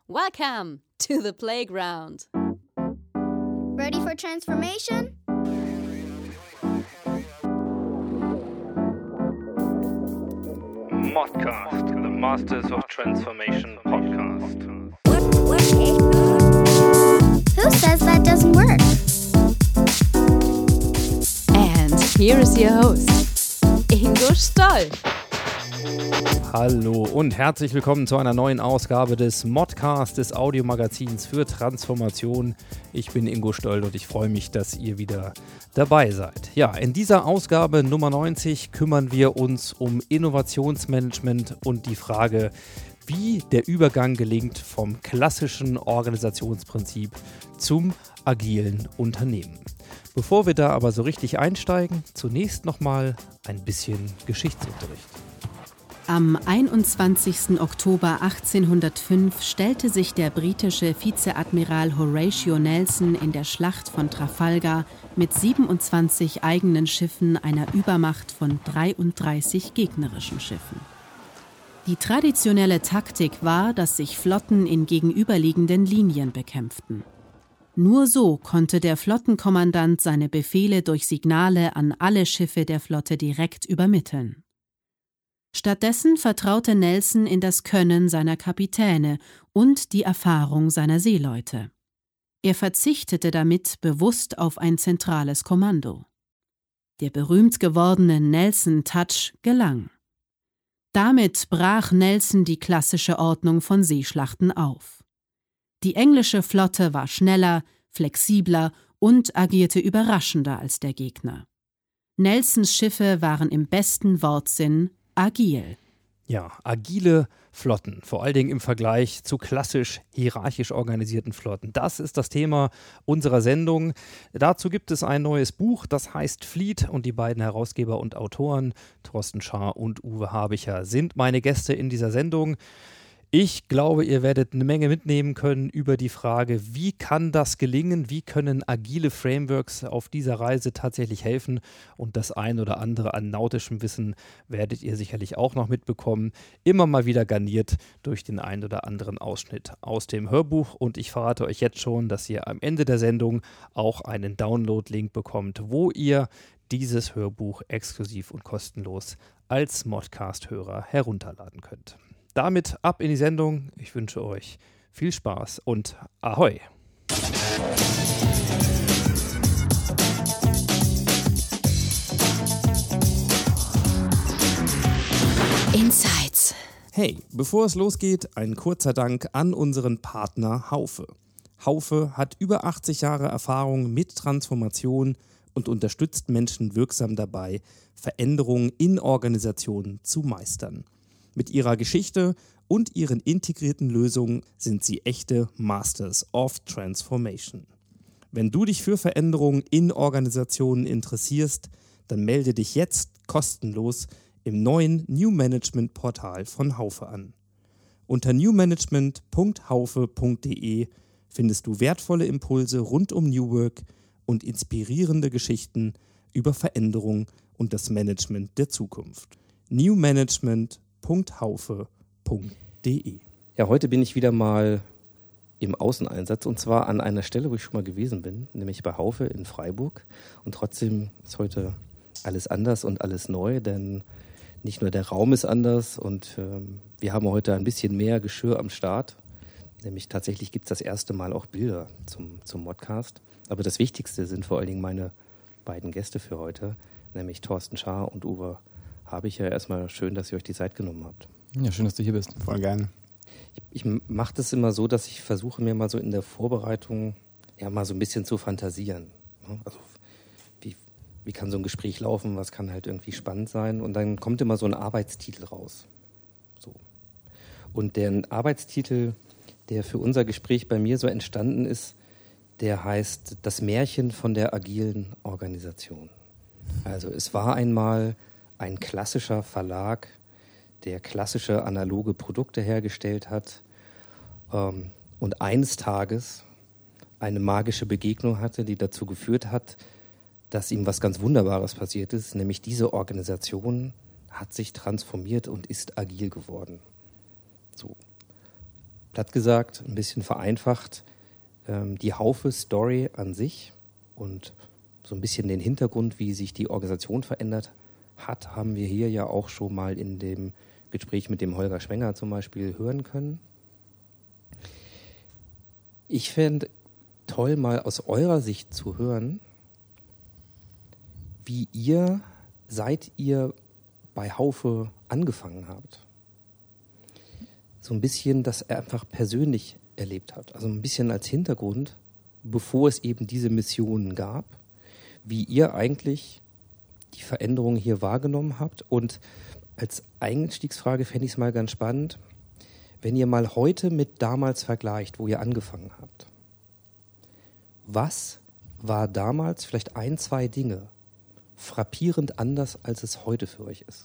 Welcome to the playground. Ready for transformation? Modcast, the Masters of Transformation podcast. Who says that doesn't work? And here is your host, Ingo Stoll. Hallo und herzlich willkommen zu einer neuen Ausgabe des Modcast, des Audiomagazins für Transformation. Ich bin Ingo Stoll und ich freue mich, dass ihr wieder dabei seid. Ja, in dieser Ausgabe Nummer 90 kümmern wir uns um Innovationsmanagement und die Frage, wie der Übergang gelingt vom klassischen Organisationsprinzip zum agilen Unternehmen. Bevor wir da aber so richtig einsteigen, zunächst nochmal ein bisschen Geschichtsunterricht. Am 21. Oktober 1805 stellte sich der britische Vizeadmiral Horatio Nelson in der Schlacht von Trafalgar mit 27 eigenen Schiffen einer Übermacht von 33 gegnerischen Schiffen. Die traditionelle Taktik war, dass sich Flotten in gegenüberliegenden Linien bekämpften. Nur so konnte der Flottenkommandant seine Befehle durch Signale an alle Schiffe der Flotte direkt übermitteln. Stattdessen vertraute Nelson in das Können seiner Kapitäne und die Erfahrung seiner Seeleute. Er verzichtete damit bewusst auf ein zentrales Kommando. Der berühmt gewordene Nelson-Touch gelang. Damit brach Nelson die klassische Ordnung von Seeschlachten auf. Die englische Flotte war schneller, flexibler und agierte überraschender als der Gegner. Nelsons Schiffe waren im besten Wortsinn agil. Ja, agile Flotten, vor allen Dingen im Vergleich zu klassisch hierarchisch organisierten Flotten. Das ist das Thema unserer Sendung. Dazu gibt es ein neues Buch, das heißt Fleet, und die beiden Herausgeber und Autoren, Thorsten Schaar und Uwe Habicher, sind meine Gäste in dieser Sendung. Ich glaube, ihr werdet eine Menge mitnehmen können über die Frage, wie kann das gelingen, wie können agile Frameworks auf dieser Reise tatsächlich helfen, und das ein oder andere an nautischem Wissen werdet ihr sicherlich auch noch mitbekommen, immer mal wieder garniert durch den ein oder anderen Ausschnitt aus dem Hörbuch, und ich verrate euch jetzt schon, dass ihr am Ende der Sendung auch einen Download-Link bekommt, wo ihr dieses Hörbuch exklusiv und kostenlos als Modcast-Hörer herunterladen könnt. Damit ab in die Sendung. Ich wünsche euch viel Spaß und Ahoi! Insights. Hey, bevor es losgeht, ein kurzer Dank an unseren Partner Haufe. Haufe hat über 80 Jahre Erfahrung mit Transformation und unterstützt Menschen wirksam dabei, Veränderungen in Organisationen zu meistern. Mit ihrer Geschichte und ihren integrierten Lösungen sind sie echte Masters of Transformation. Wenn du dich für Veränderungen in Organisationen interessierst, dann melde dich jetzt kostenlos im neuen New Management Portal von Haufe an. Unter newmanagement.haufe.de findest du wertvolle Impulse rund um New Work und inspirierende Geschichten über Veränderung und das Management der Zukunft. newmanagement.haufe.de. Ja, heute bin ich wieder mal im Außeneinsatz, und zwar an einer Stelle, wo ich schon mal gewesen bin, nämlich bei Haufe in Freiburg. Und trotzdem ist heute alles anders und alles neu, denn nicht nur der Raum ist anders, und wir haben heute ein bisschen mehr Geschirr am Start. Nämlich tatsächlich gibt es das erste Mal auch Bilder zum Modcast. Aber das Wichtigste sind vor allen Dingen meine beiden Gäste für heute, nämlich Thorsten Schaar und Uwe Habicher. Erstmal schön, dass ihr euch die Zeit genommen habt. Ja, schön, dass du hier bist. Voll gerne. Ich mache das immer so, dass ich versuche, mir mal so in der Vorbereitung ja mal so ein bisschen zu fantasieren. Also wie kann so ein Gespräch laufen, was kann halt irgendwie spannend sein, und dann kommt immer so ein Arbeitstitel raus. So. Und der Arbeitstitel, der für unser Gespräch bei mir so entstanden ist, der heißt Das Märchen von der agilen Organisation. Also es war einmal ein klassischer Verlag, der klassische analoge Produkte hergestellt hat und eines Tages eine magische Begegnung hatte, die dazu geführt hat, dass ihm was ganz Wunderbares passiert ist, nämlich diese Organisation hat sich transformiert und ist agil geworden. So. platt gesagt, ein bisschen vereinfacht, die Haufe-Story an sich und so ein bisschen den Hintergrund, wie sich die Organisation verändert hat, haben wir hier ja auch schon mal in dem Gespräch mit dem Holger Schwenger zum Beispiel hören können. Ich fände toll, mal aus eurer Sicht zu hören, wie ihr, seit ihr bei Haufe angefangen habt, so ein bisschen das einfach persönlich erlebt habt. Also ein bisschen als Hintergrund, bevor es eben diese Missionen gab, wie ihr eigentlich die Veränderungen hier wahrgenommen habt. Und als Einstiegsfrage fände ich es mal ganz spannend, wenn ihr mal heute mit damals vergleicht, wo ihr angefangen habt. Was war damals vielleicht 1, 2 Dinge frappierend anders, als es heute für euch ist?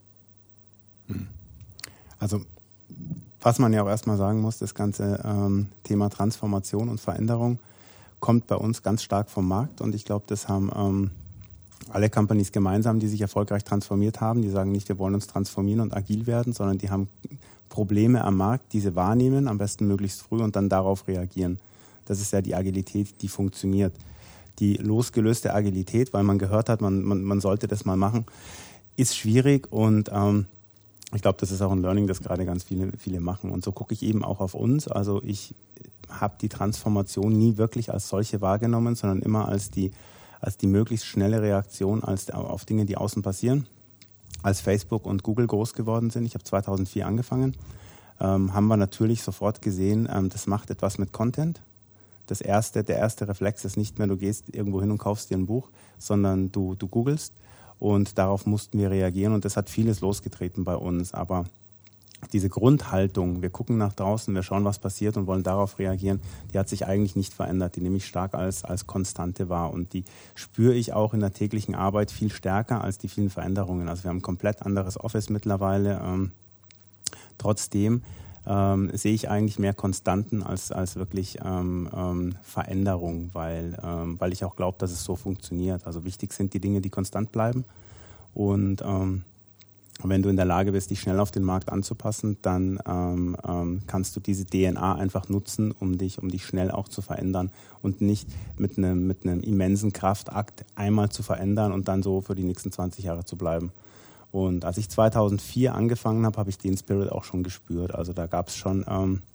Also was man ja auch erstmal sagen muss, das ganze Thema Transformation und Veränderung kommt bei uns ganz stark vom Markt und ich glaube, das haben alle Companies gemeinsam, die sich erfolgreich transformiert haben. Die sagen nicht, wir wollen uns transformieren und agil werden, sondern die haben Probleme am Markt, diese wahrnehmen, am besten möglichst früh und dann darauf reagieren. Das ist ja die Agilität, die funktioniert. Die losgelöste Agilität, weil man gehört hat, man sollte das mal machen, ist schwierig und ich glaube, das ist auch ein Learning, das gerade ganz viele machen. Und so gucke ich eben auch auf uns. Also ich habe die Transformation nie wirklich als solche wahrgenommen, sondern immer als die möglichst schnelle Reaktion auf Dinge, die außen passieren. Als Facebook und Google groß geworden sind, ich habe 2004 angefangen, haben wir natürlich sofort gesehen, das macht etwas mit Content. Der erste Reflex ist nicht mehr, du gehst irgendwo hin und kaufst dir ein Buch, sondern du googelst. Und darauf mussten wir reagieren und das hat vieles losgetreten bei uns. Aber diese Grundhaltung, wir gucken nach draußen, wir schauen, was passiert und wollen darauf reagieren, die hat sich eigentlich nicht verändert. Die nehme ich stark als Konstante wahr und die spüre ich auch in der täglichen Arbeit viel stärker als die vielen Veränderungen. Also wir haben ein komplett anderes Office mittlerweile. Trotzdem sehe ich eigentlich mehr Konstanten als wirklich Veränderung, weil ich auch glaube, dass es so funktioniert. Also wichtig sind die Dinge, die konstant bleiben. Und wenn du in der Lage bist, dich schnell auf den Markt anzupassen, dann kannst du diese DNA einfach nutzen, um dich schnell auch zu verändern und nicht mit einem immensen Kraftakt einmal zu verändern und dann so für die nächsten 20 Jahre zu bleiben. Und als ich 2004 angefangen habe, habe ich den Spirit auch schon gespürt. Also da gab es schon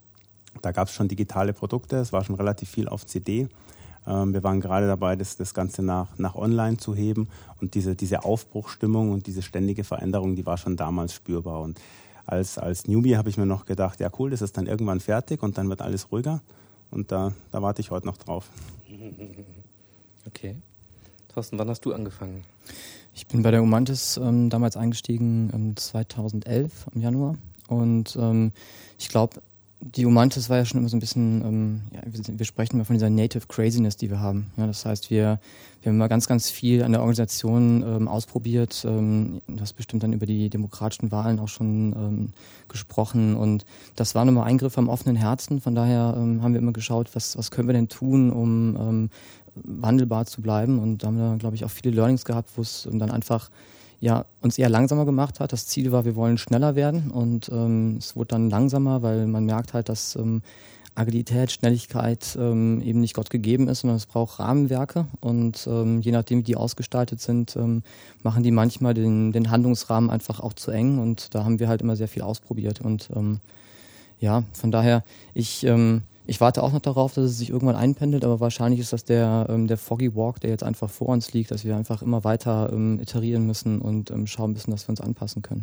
digitale Produkte, es war schon relativ viel auf CD. Wir waren gerade dabei, das Ganze nach online zu heben und diese Aufbruchstimmung und diese ständige Veränderung, die war schon damals spürbar. Und als Newbie habe ich mir noch gedacht, ja cool, das ist dann irgendwann fertig und dann wird alles ruhiger. Und da warte ich heute noch drauf. Okay. Thorsten, wann hast du angefangen? Ich bin bei der Umantis damals eingestiegen 2011 im Januar und ich glaube, die Umantis war ja schon immer so ein bisschen, wir sprechen immer von dieser Native Craziness, die wir haben. Ja, das heißt, wir haben immer ganz, ganz viel an der Organisation ausprobiert. Du hast bestimmt dann über die demokratischen Wahlen auch schon gesprochen und das war nochmal Eingriff am offenen Herzen. Von daher haben wir immer geschaut, was können wir denn tun, um wandelbar zu bleiben und da haben wir, glaube ich, auch viele Learnings gehabt, wo es dann einfach uns eher langsamer gemacht hat. Das Ziel war, wir wollen schneller werden und es wurde dann langsamer, weil man merkt halt, dass Agilität, Schnelligkeit eben nicht Gott gegeben ist, sondern es braucht Rahmenwerke und je nachdem, wie die ausgestaltet sind, machen die manchmal den Handlungsrahmen einfach auch zu eng und da haben wir halt immer sehr viel ausprobiert und von daher, ich warte auch noch darauf, dass es sich irgendwann einpendelt, aber wahrscheinlich ist das der Foggy Walk, der jetzt einfach vor uns liegt, dass wir einfach immer weiter iterieren müssen und schauen müssen, dass wir uns anpassen können.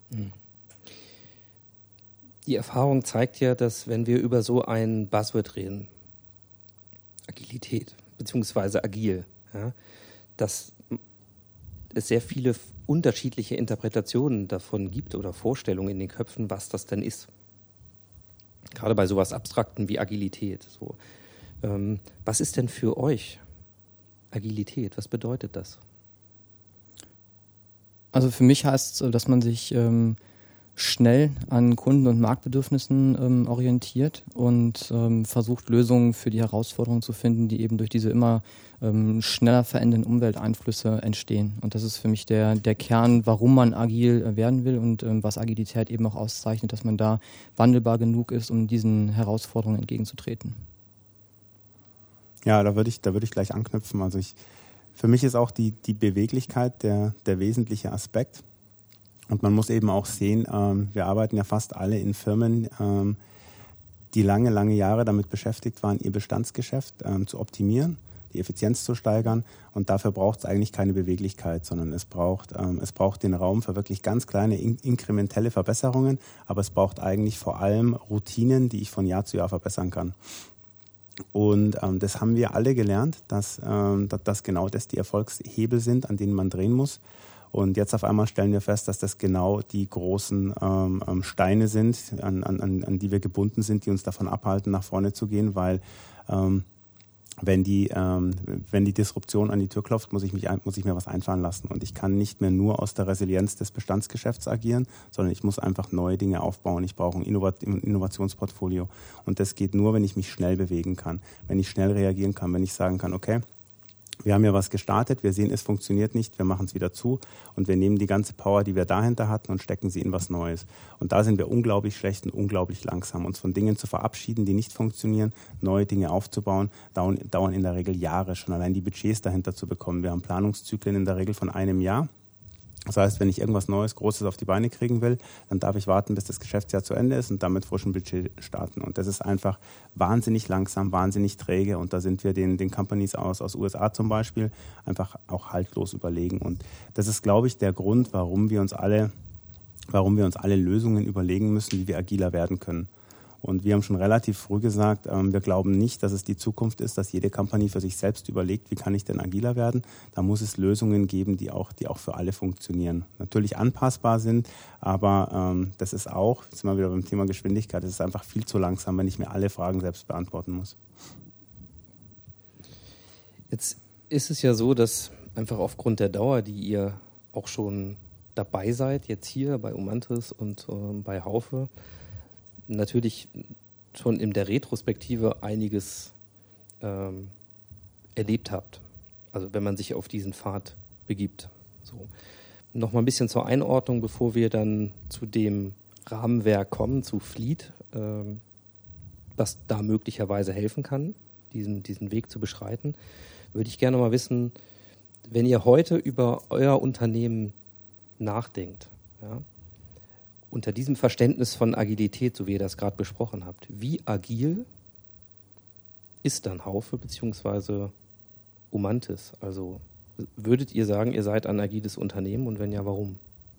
Die Erfahrung zeigt ja, dass wenn wir über so ein Buzzword reden, Agilität beziehungsweise agil, dass es sehr viele unterschiedliche Interpretationen davon gibt oder Vorstellungen in den Köpfen, was das denn ist. Gerade bei sowas Abstrakten wie Agilität. So. Was ist denn für euch Agilität? Was bedeutet das? Also für mich heißt es, dass man sich schnell an Kunden- und Marktbedürfnissen orientiert und versucht Lösungen für die Herausforderungen zu finden, die eben durch diese immer schneller verändernden Umwelteinflüsse entstehen. Und das ist für mich der Kern, warum man agil werden will und was Agilität eben auch auszeichnet, dass man da wandelbar genug ist, um diesen Herausforderungen entgegenzutreten. Ja, da würde ich gleich anknüpfen. Also für mich ist auch die Beweglichkeit der wesentliche Aspekt. Und man muss eben auch sehen, wir arbeiten ja fast alle in Firmen, die lange Jahre damit beschäftigt waren, ihr Bestandsgeschäft zu optimieren, die Effizienz zu steigern. Und dafür braucht es eigentlich keine Beweglichkeit, sondern es braucht den Raum für wirklich ganz kleine inkrementelle Verbesserungen. Aber es braucht eigentlich vor allem Routinen, die ich von Jahr zu Jahr verbessern kann. Und das haben wir alle gelernt, dass genau das die Erfolgshebel sind, an denen man drehen muss. Und jetzt auf einmal stellen wir fest, dass das genau die großen Steine sind, an die wir gebunden sind, die uns davon abhalten, nach vorne zu gehen, weil wenn die Disruption an die Tür klopft, muss ich mir was einfallen lassen. Und ich kann nicht mehr nur aus der Resilienz des Bestandsgeschäfts agieren, sondern ich muss einfach neue Dinge aufbauen. Ich brauche ein Innovationsportfolio. Und das geht nur, wenn ich mich schnell bewegen kann, wenn ich schnell reagieren kann, wenn ich sagen kann, okay, wir haben ja was gestartet, wir sehen, es funktioniert nicht, wir machen es wieder zu und wir nehmen die ganze Power, die wir dahinter hatten und stecken sie in was Neues. Und da sind wir unglaublich schlecht und unglaublich langsam. Uns von Dingen zu verabschieden, die nicht funktionieren, neue Dinge aufzubauen, dauern in der Regel Jahre, schon allein die Budgets dahinter zu bekommen. Wir haben Planungszyklen in der Regel von einem Jahr. Das heißt, wenn ich irgendwas Neues, Großes auf die Beine kriegen will, dann darf ich warten, bis das Geschäftsjahr zu Ende ist und dann mit frischem Budget starten. Und das ist einfach wahnsinnig langsam, wahnsinnig träge. Und da sind wir den Companies aus USA zum Beispiel einfach auch haltlos überlegen. Und das ist, glaube ich, der Grund, warum wir uns alle Lösungen überlegen müssen, wie wir agiler werden können. Und wir haben schon relativ früh gesagt, wir glauben nicht, dass es die Zukunft ist, dass jede Company für sich selbst überlegt, wie kann ich denn agiler werden. Da muss es Lösungen geben, die auch für alle funktionieren. Natürlich anpassbar sind, aber das ist auch, jetzt sind wir wieder beim Thema Geschwindigkeit, das ist einfach viel zu langsam, wenn ich mir alle Fragen selbst beantworten muss. Jetzt ist es ja so, dass einfach aufgrund der Dauer, die ihr auch schon dabei seid, jetzt hier bei Umantis und bei Haufe, natürlich schon in der Retrospektive einiges erlebt habt. Also wenn man sich auf diesen Pfad begibt. So. Noch mal ein bisschen zur Einordnung, bevor wir dann zu dem Rahmenwerk kommen, zu Fleet, das da möglicherweise helfen kann, diesen Weg zu beschreiten, würde ich gerne mal wissen, wenn ihr heute über euer Unternehmen nachdenkt, ja, unter diesem Verständnis von Agilität, so wie ihr das gerade besprochen habt, wie agil ist dann Haufe bzw. Umantis? Also würdet ihr sagen, ihr seid ein agiles Unternehmen und wenn ja, warum?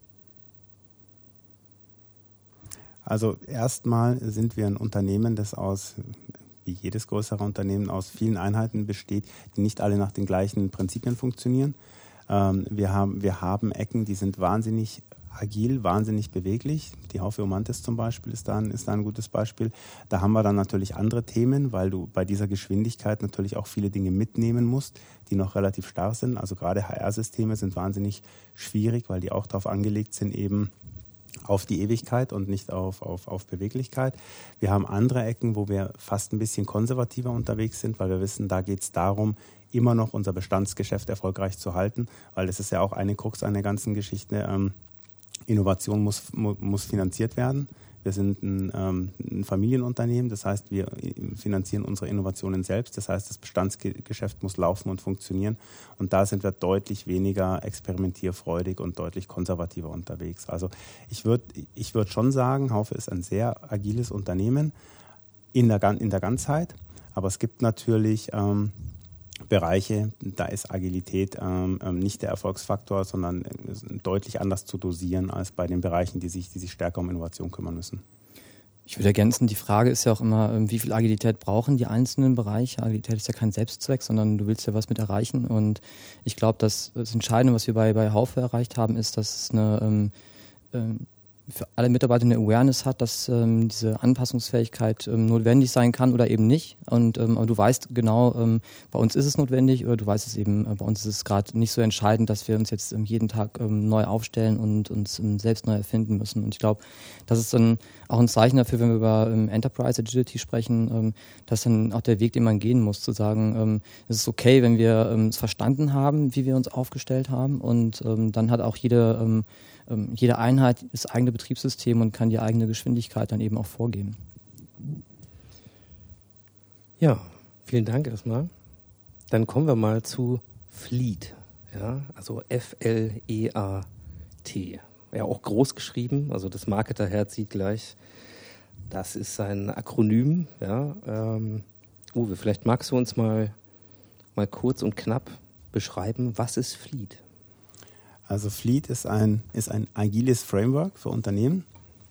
Also erstmal sind wir ein Unternehmen, das wie jedes größere Unternehmen, aus vielen Einheiten besteht, die nicht alle nach den gleichen Prinzipien funktionieren. Wir haben Ecken, die sind wahnsinnig agil, wahnsinnig beweglich. Die Haufe Umantis zum Beispiel ist da ein gutes Beispiel. Da haben wir dann natürlich andere Themen, weil du bei dieser Geschwindigkeit natürlich auch viele Dinge mitnehmen musst, die noch relativ starr sind. Also gerade HR-Systeme sind wahnsinnig schwierig, weil die auch darauf angelegt sind, eben auf die Ewigkeit und nicht auf Beweglichkeit. Wir haben andere Ecken, wo wir fast ein bisschen konservativer unterwegs sind, weil wir wissen, da geht es darum, immer noch unser Bestandsgeschäft erfolgreich zu halten, weil das ist ja auch eine Krux an der ganzen Geschichte. Innovation muss finanziert werden. Wir sind ein Familienunternehmen, das heißt, wir finanzieren unsere Innovationen selbst. Das heißt, das Bestandsgeschäft muss laufen und funktionieren. Und da sind wir deutlich weniger experimentierfreudig und deutlich konservativer unterwegs. Also ich würd schon sagen, Haufe ist ein sehr agiles Unternehmen in der Ganzheit. Aber es gibt natürlich Bereiche, da ist Agilität nicht der Erfolgsfaktor, sondern deutlich anders zu dosieren als bei den Bereichen, die sich stärker um Innovation kümmern müssen. Ich würde ergänzen, die Frage ist ja auch immer, wie viel Agilität brauchen die einzelnen Bereiche? Agilität ist ja kein Selbstzweck, sondern du willst ja was mit erreichen. Und ich glaube, das Entscheidende, was wir bei Haufe erreicht haben, ist, dass es eine für alle Mitarbeiter eine Awareness hat, dass diese Anpassungsfähigkeit notwendig sein kann oder eben nicht. Und aber du weißt genau, bei uns ist es notwendig oder du weißt es eben, bei uns ist es gerade nicht so entscheidend, dass wir uns jetzt jeden Tag neu aufstellen und uns selbst neu erfinden müssen. Und ich glaube, das ist dann auch ein Zeichen dafür, wenn wir über Enterprise Agility sprechen, dass dann auch der Weg, den man gehen muss, zu sagen, es ist okay, wenn wir es verstanden haben, wie wir uns aufgestellt haben, und dann hat auch jede Einheit das eigene Betriebssystem und kann die eigene Geschwindigkeit dann eben auch vorgeben. Ja, vielen Dank erstmal. Dann kommen wir mal zu Fleet. Ja, also F-L-E-A-T. Ja, auch groß geschrieben, also das Marketerherz sieht gleich. Das ist ein Akronym. Ja, Uwe, vielleicht magst du uns mal kurz und knapp beschreiben, was ist Fleet? Also Fleet ist ein agiles Framework für Unternehmen.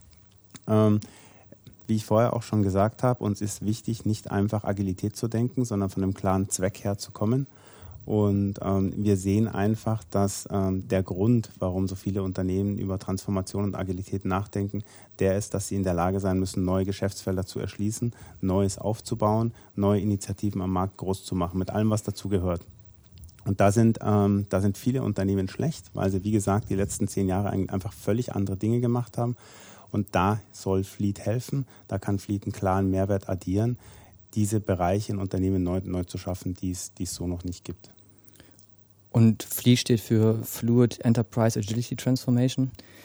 Wie ich vorher auch schon gesagt habe, uns ist wichtig, nicht einfach Agilität zu denken, sondern von einem klaren Zweck her zu kommen. Und wir sehen einfach, dass der Grund, warum so viele Unternehmen über Transformation und Agilität nachdenken, der ist, dass sie in der Lage sein müssen, neue Geschäftsfelder zu erschließen, Neues aufzubauen, neue Initiativen am Markt groß zu machen, mit allem, was dazu gehört. Und da sind viele Unternehmen schlecht, weil sie, wie gesagt, die letzten 10 Jahre einfach völlig andere Dinge gemacht haben. Und da soll Fleet helfen, da kann Fleet einen klaren Mehrwert addieren, diese Bereiche in Unternehmen neu zu schaffen, die es so noch nicht gibt. Und Fleet steht für Fluid Enterprise Agility Transformation.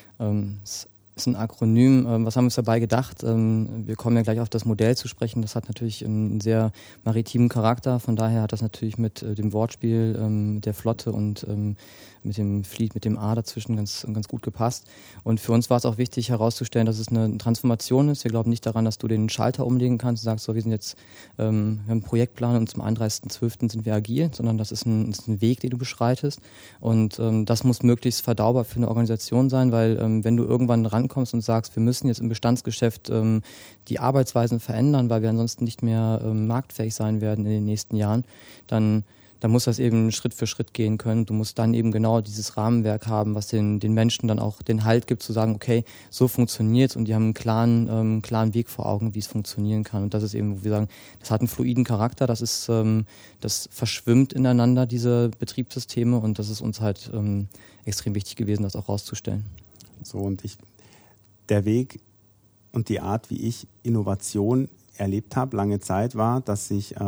Es ist ein Akronym. Was haben wir uns dabei gedacht? Wir kommen ja gleich auf das Modell zu sprechen. Das hat natürlich einen sehr maritimen Charakter. Von daher hat das natürlich mit dem Wortspiel der Flotte und mit dem Fleet, mit dem A dazwischen ganz gut gepasst. Und für uns war es auch wichtig herauszustellen, dass es eine Transformation ist. Wir glauben nicht daran, dass du den Schalter umlegen kannst und sagst, so, wir haben einen Projektplan und zum 31.12. sind wir agil, sondern das ist ein Weg, den du beschreitest. Und das muss möglichst verdaubar für eine Organisation sein, weil wenn du irgendwann rankommst und sagst, wir müssen jetzt im Bestandsgeschäft die Arbeitsweisen verändern, weil wir ansonsten nicht mehr marktfähig sein werden in den nächsten Jahren, dann muss das eben Schritt für Schritt gehen können. Du musst dann eben genau dieses Rahmenwerk haben, was den Menschen dann auch den Halt gibt, zu sagen, okay, so funktioniert's, und die haben einen klaren Weg vor Augen, wie es funktionieren kann. Und das ist eben, wo wir sagen, das hat einen fluiden Charakter, das verschwimmt ineinander, diese Betriebssysteme, und das ist uns halt extrem wichtig gewesen, das auch rauszustellen. So, und der Weg und die Art, wie ich Innovation erlebt habe, lange Zeit war, dass sich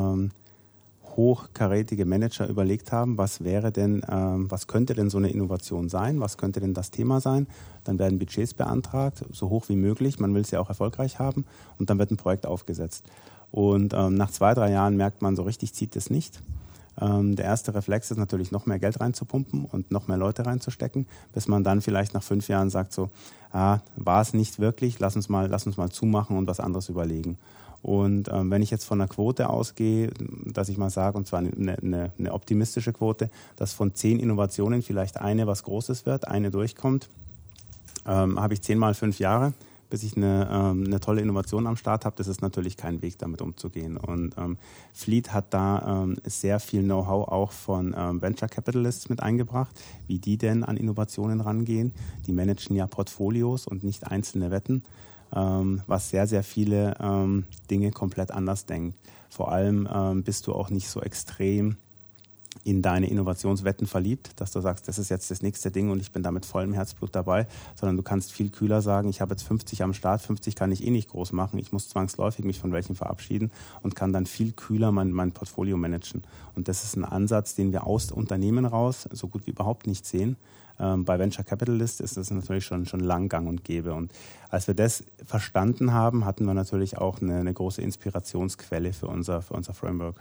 hochkarätige Manager überlegt haben, was könnte denn so eine Innovation sein, was könnte denn das Thema sein. Dann werden Budgets beantragt, so hoch wie möglich, man will es ja auch erfolgreich haben, und dann wird ein Projekt aufgesetzt. Und nach 2-3 Jahren merkt man, so richtig zieht es nicht. Der erste Reflex ist natürlich, noch mehr Geld reinzupumpen und noch mehr Leute reinzustecken, bis man dann vielleicht nach 5 Jahren sagt, so, war es nicht wirklich, lass uns mal zumachen und was anderes überlegen. Und wenn ich jetzt von einer Quote ausgehe, dass ich mal sage, und zwar eine optimistische Quote, dass von 10 Innovationen vielleicht eine was Großes wird, eine durchkommt, habe ich 10 mal 5 Jahre, bis ich eine tolle Innovation am Start habe. Das ist natürlich kein Weg, damit umzugehen. Und Fleet hat da sehr viel Know-how auch von Venture Capitalists mit eingebracht, wie die denn an Innovationen rangehen. Die managen ja Portfolios und nicht einzelne Wetten, was sehr, sehr viele Dinge komplett anders denkt. Vor allem bist du auch nicht so extrem in deine Innovationswetten verliebt, dass du sagst, das ist jetzt das nächste Ding und ich bin da mit vollem Herzblut dabei, sondern du kannst viel kühler sagen, ich habe jetzt 50 am Start, 50 kann ich eh nicht groß machen, ich muss zwangsläufig mich von welchen verabschieden und kann dann viel kühler mein Portfolio managen. Und das ist ein Ansatz, den wir aus Unternehmen raus so gut wie überhaupt nicht sehen. Bei Venture Capitalists ist das natürlich schon lang gang und gäbe. Und als wir das verstanden haben, hatten wir natürlich auch eine große Inspirationsquelle für unser Framework.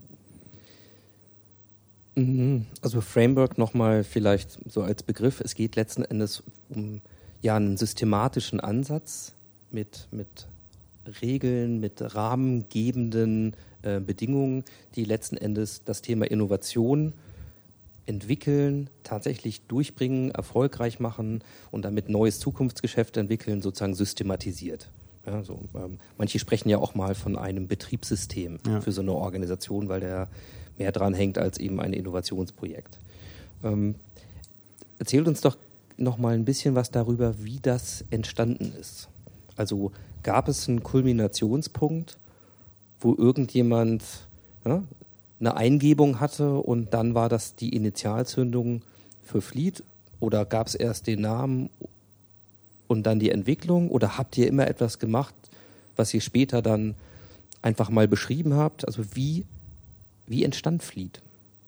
Also Framework nochmal vielleicht so als Begriff. Es geht letzten Endes um einen systematischen Ansatz mit Regeln, mit rahmengebenden Bedingungen, die letzten Endes das Thema Innovation entwickeln, tatsächlich durchbringen, erfolgreich machen und damit neues Zukunftsgeschäft entwickeln, sozusagen systematisiert. Ja, manche sprechen ja auch mal von einem Betriebssystem für so eine Organisation, weil der mehr dran hängt als eben ein Innovationsprojekt. Erzählt uns doch noch mal ein bisschen was darüber, wie das entstanden ist. Also gab es einen Kulminationspunkt, wo irgendjemand eine Eingebung hatte und dann war das die Initialzündung für Fleet? Oder gab es erst den Namen und dann die Entwicklung? Oder habt ihr immer etwas gemacht, was ihr später dann einfach mal beschrieben habt? Also wie entstand Fleet?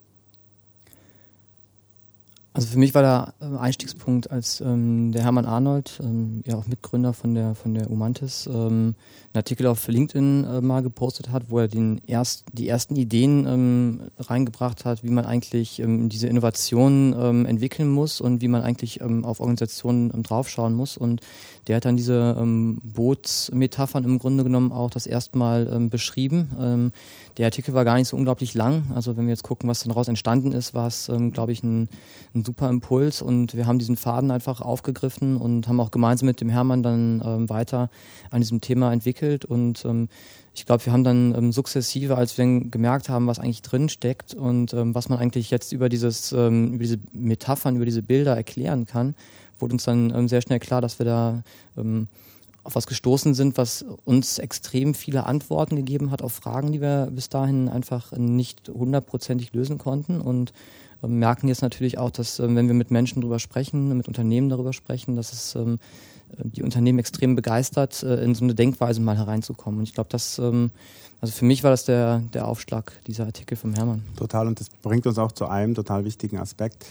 Also für mich war der Einstiegspunkt, als der Hermann Arnold, ja auch Mitgründer von der Umantis, einen Artikel auf LinkedIn mal gepostet hat, wo er die ersten Ideen reingebracht hat, wie man eigentlich diese Innovationen entwickeln muss und wie man eigentlich auf Organisationen draufschauen muss. Und der hat dann diese Bootsmetaphern im Grunde genommen auch das erste Mal beschrieben. Der Artikel war gar nicht so unglaublich lang. Also wenn wir jetzt gucken, was daraus entstanden ist, war es, glaube ich, ein super Impuls. Und wir haben diesen Faden einfach aufgegriffen und haben auch gemeinsam mit dem Hermann dann weiter an diesem Thema entwickelt. Und ich glaube, wir haben dann sukzessive, als wir gemerkt haben, was eigentlich drin steckt und was man eigentlich jetzt über diese Metaphern, über diese Bilder erklären kann, wurde uns dann sehr schnell klar, dass wir da auf was gestoßen sind, was uns extrem viele Antworten gegeben hat auf Fragen, die wir bis dahin einfach nicht 100%ig lösen konnten, und merken jetzt natürlich auch, dass wenn wir mit Menschen darüber sprechen, mit Unternehmen darüber sprechen, dass es die Unternehmen extrem begeistert, in so eine Denkweise mal hereinzukommen. Und ich glaube, also für mich war das der Aufschlag, dieser Artikel vom Hermann. Total, und das bringt uns auch zu einem total wichtigen Aspekt.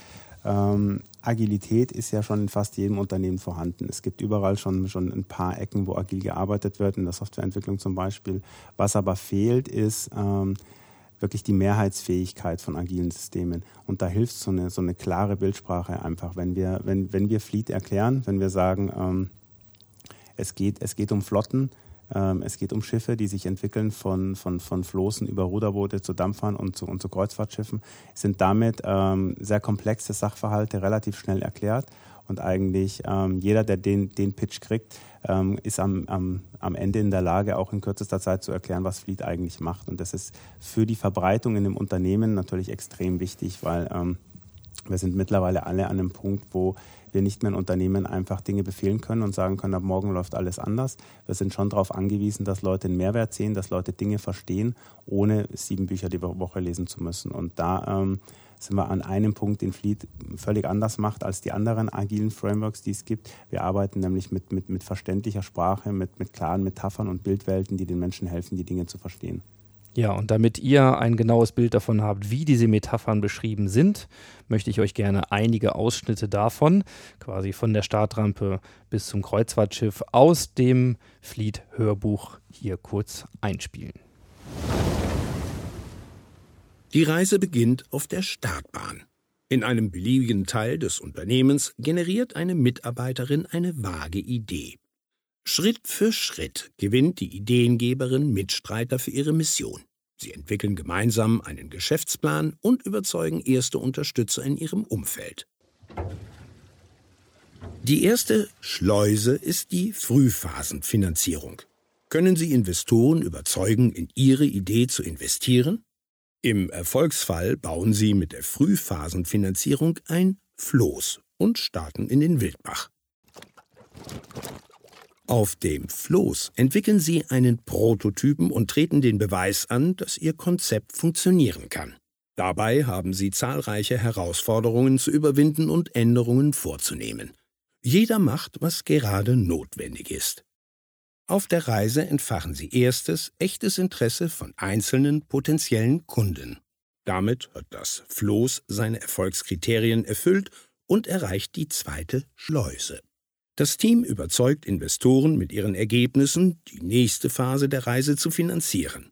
Agilität ist ja schon in fast jedem Unternehmen vorhanden. Es gibt überall schon ein paar Ecken, wo agil gearbeitet wird, in der Softwareentwicklung zum Beispiel. Was aber fehlt, ist wirklich die Mehrheitsfähigkeit von agilen Systemen. Und da hilft so eine klare Bildsprache einfach. Wenn wir Fleet erklären, wenn wir sagen, es geht um Flotten, es geht um Schiffe, die sich entwickeln von Floßen über Ruderboote zu Dampfern und zu Kreuzfahrtschiffen, sind damit sehr komplexe Sachverhalte relativ schnell erklärt. Und eigentlich jeder, der den Pitch kriegt, ist am Ende in der Lage, auch in kürzester Zeit zu erklären, was Fleet eigentlich macht. Und das ist für die Verbreitung in dem Unternehmen natürlich extrem wichtig, weil wir sind mittlerweile alle an einem Punkt, wo wir nicht mehr in Unternehmen einfach Dinge befehlen können und sagen können, ab morgen läuft alles anders. Wir sind schon darauf angewiesen, dass Leute einen Mehrwert sehen, dass Leute Dinge verstehen, ohne 7 Bücher die Woche lesen zu müssen. Und da sind wir an einem Punkt, den Fleet völlig anders macht als die anderen agilen Frameworks, die es gibt. Wir arbeiten nämlich mit verständlicher Sprache, mit klaren Metaphern und Bildwelten, die den Menschen helfen, die Dinge zu verstehen. Ja, und damit ihr ein genaues Bild davon habt, wie diese Metaphern beschrieben sind, möchte ich euch gerne einige Ausschnitte davon, quasi von der Startrampe bis zum Kreuzfahrtschiff, aus dem Fleet-Hörbuch hier kurz einspielen. Die Reise beginnt auf der Startbahn. In einem beliebigen Teil des Unternehmens generiert eine Mitarbeiterin eine vage Idee. Schritt für Schritt gewinnt die Ideengeberin Mitstreiter für ihre Mission. Sie entwickeln gemeinsam einen Geschäftsplan und überzeugen erste Unterstützer in ihrem Umfeld. Die erste Schleuse ist die Frühphasenfinanzierung. Können Sie Investoren überzeugen, in Ihre Idee zu investieren? Im Erfolgsfall bauen Sie mit der Frühphasenfinanzierung ein Floß und starten in den Wildbach. Auf dem Floß entwickeln Sie einen Prototypen und treten den Beweis an, dass Ihr Konzept funktionieren kann. Dabei haben Sie zahlreiche Herausforderungen zu überwinden und Änderungen vorzunehmen. Jeder macht, was gerade notwendig ist. Auf der Reise entfachen Sie erstes, echtes Interesse von einzelnen potenziellen Kunden. Damit hat das Floß seine Erfolgskriterien erfüllt und erreicht die zweite Schleuse. Das Team überzeugt Investoren mit ihren Ergebnissen, die nächste Phase der Reise zu finanzieren.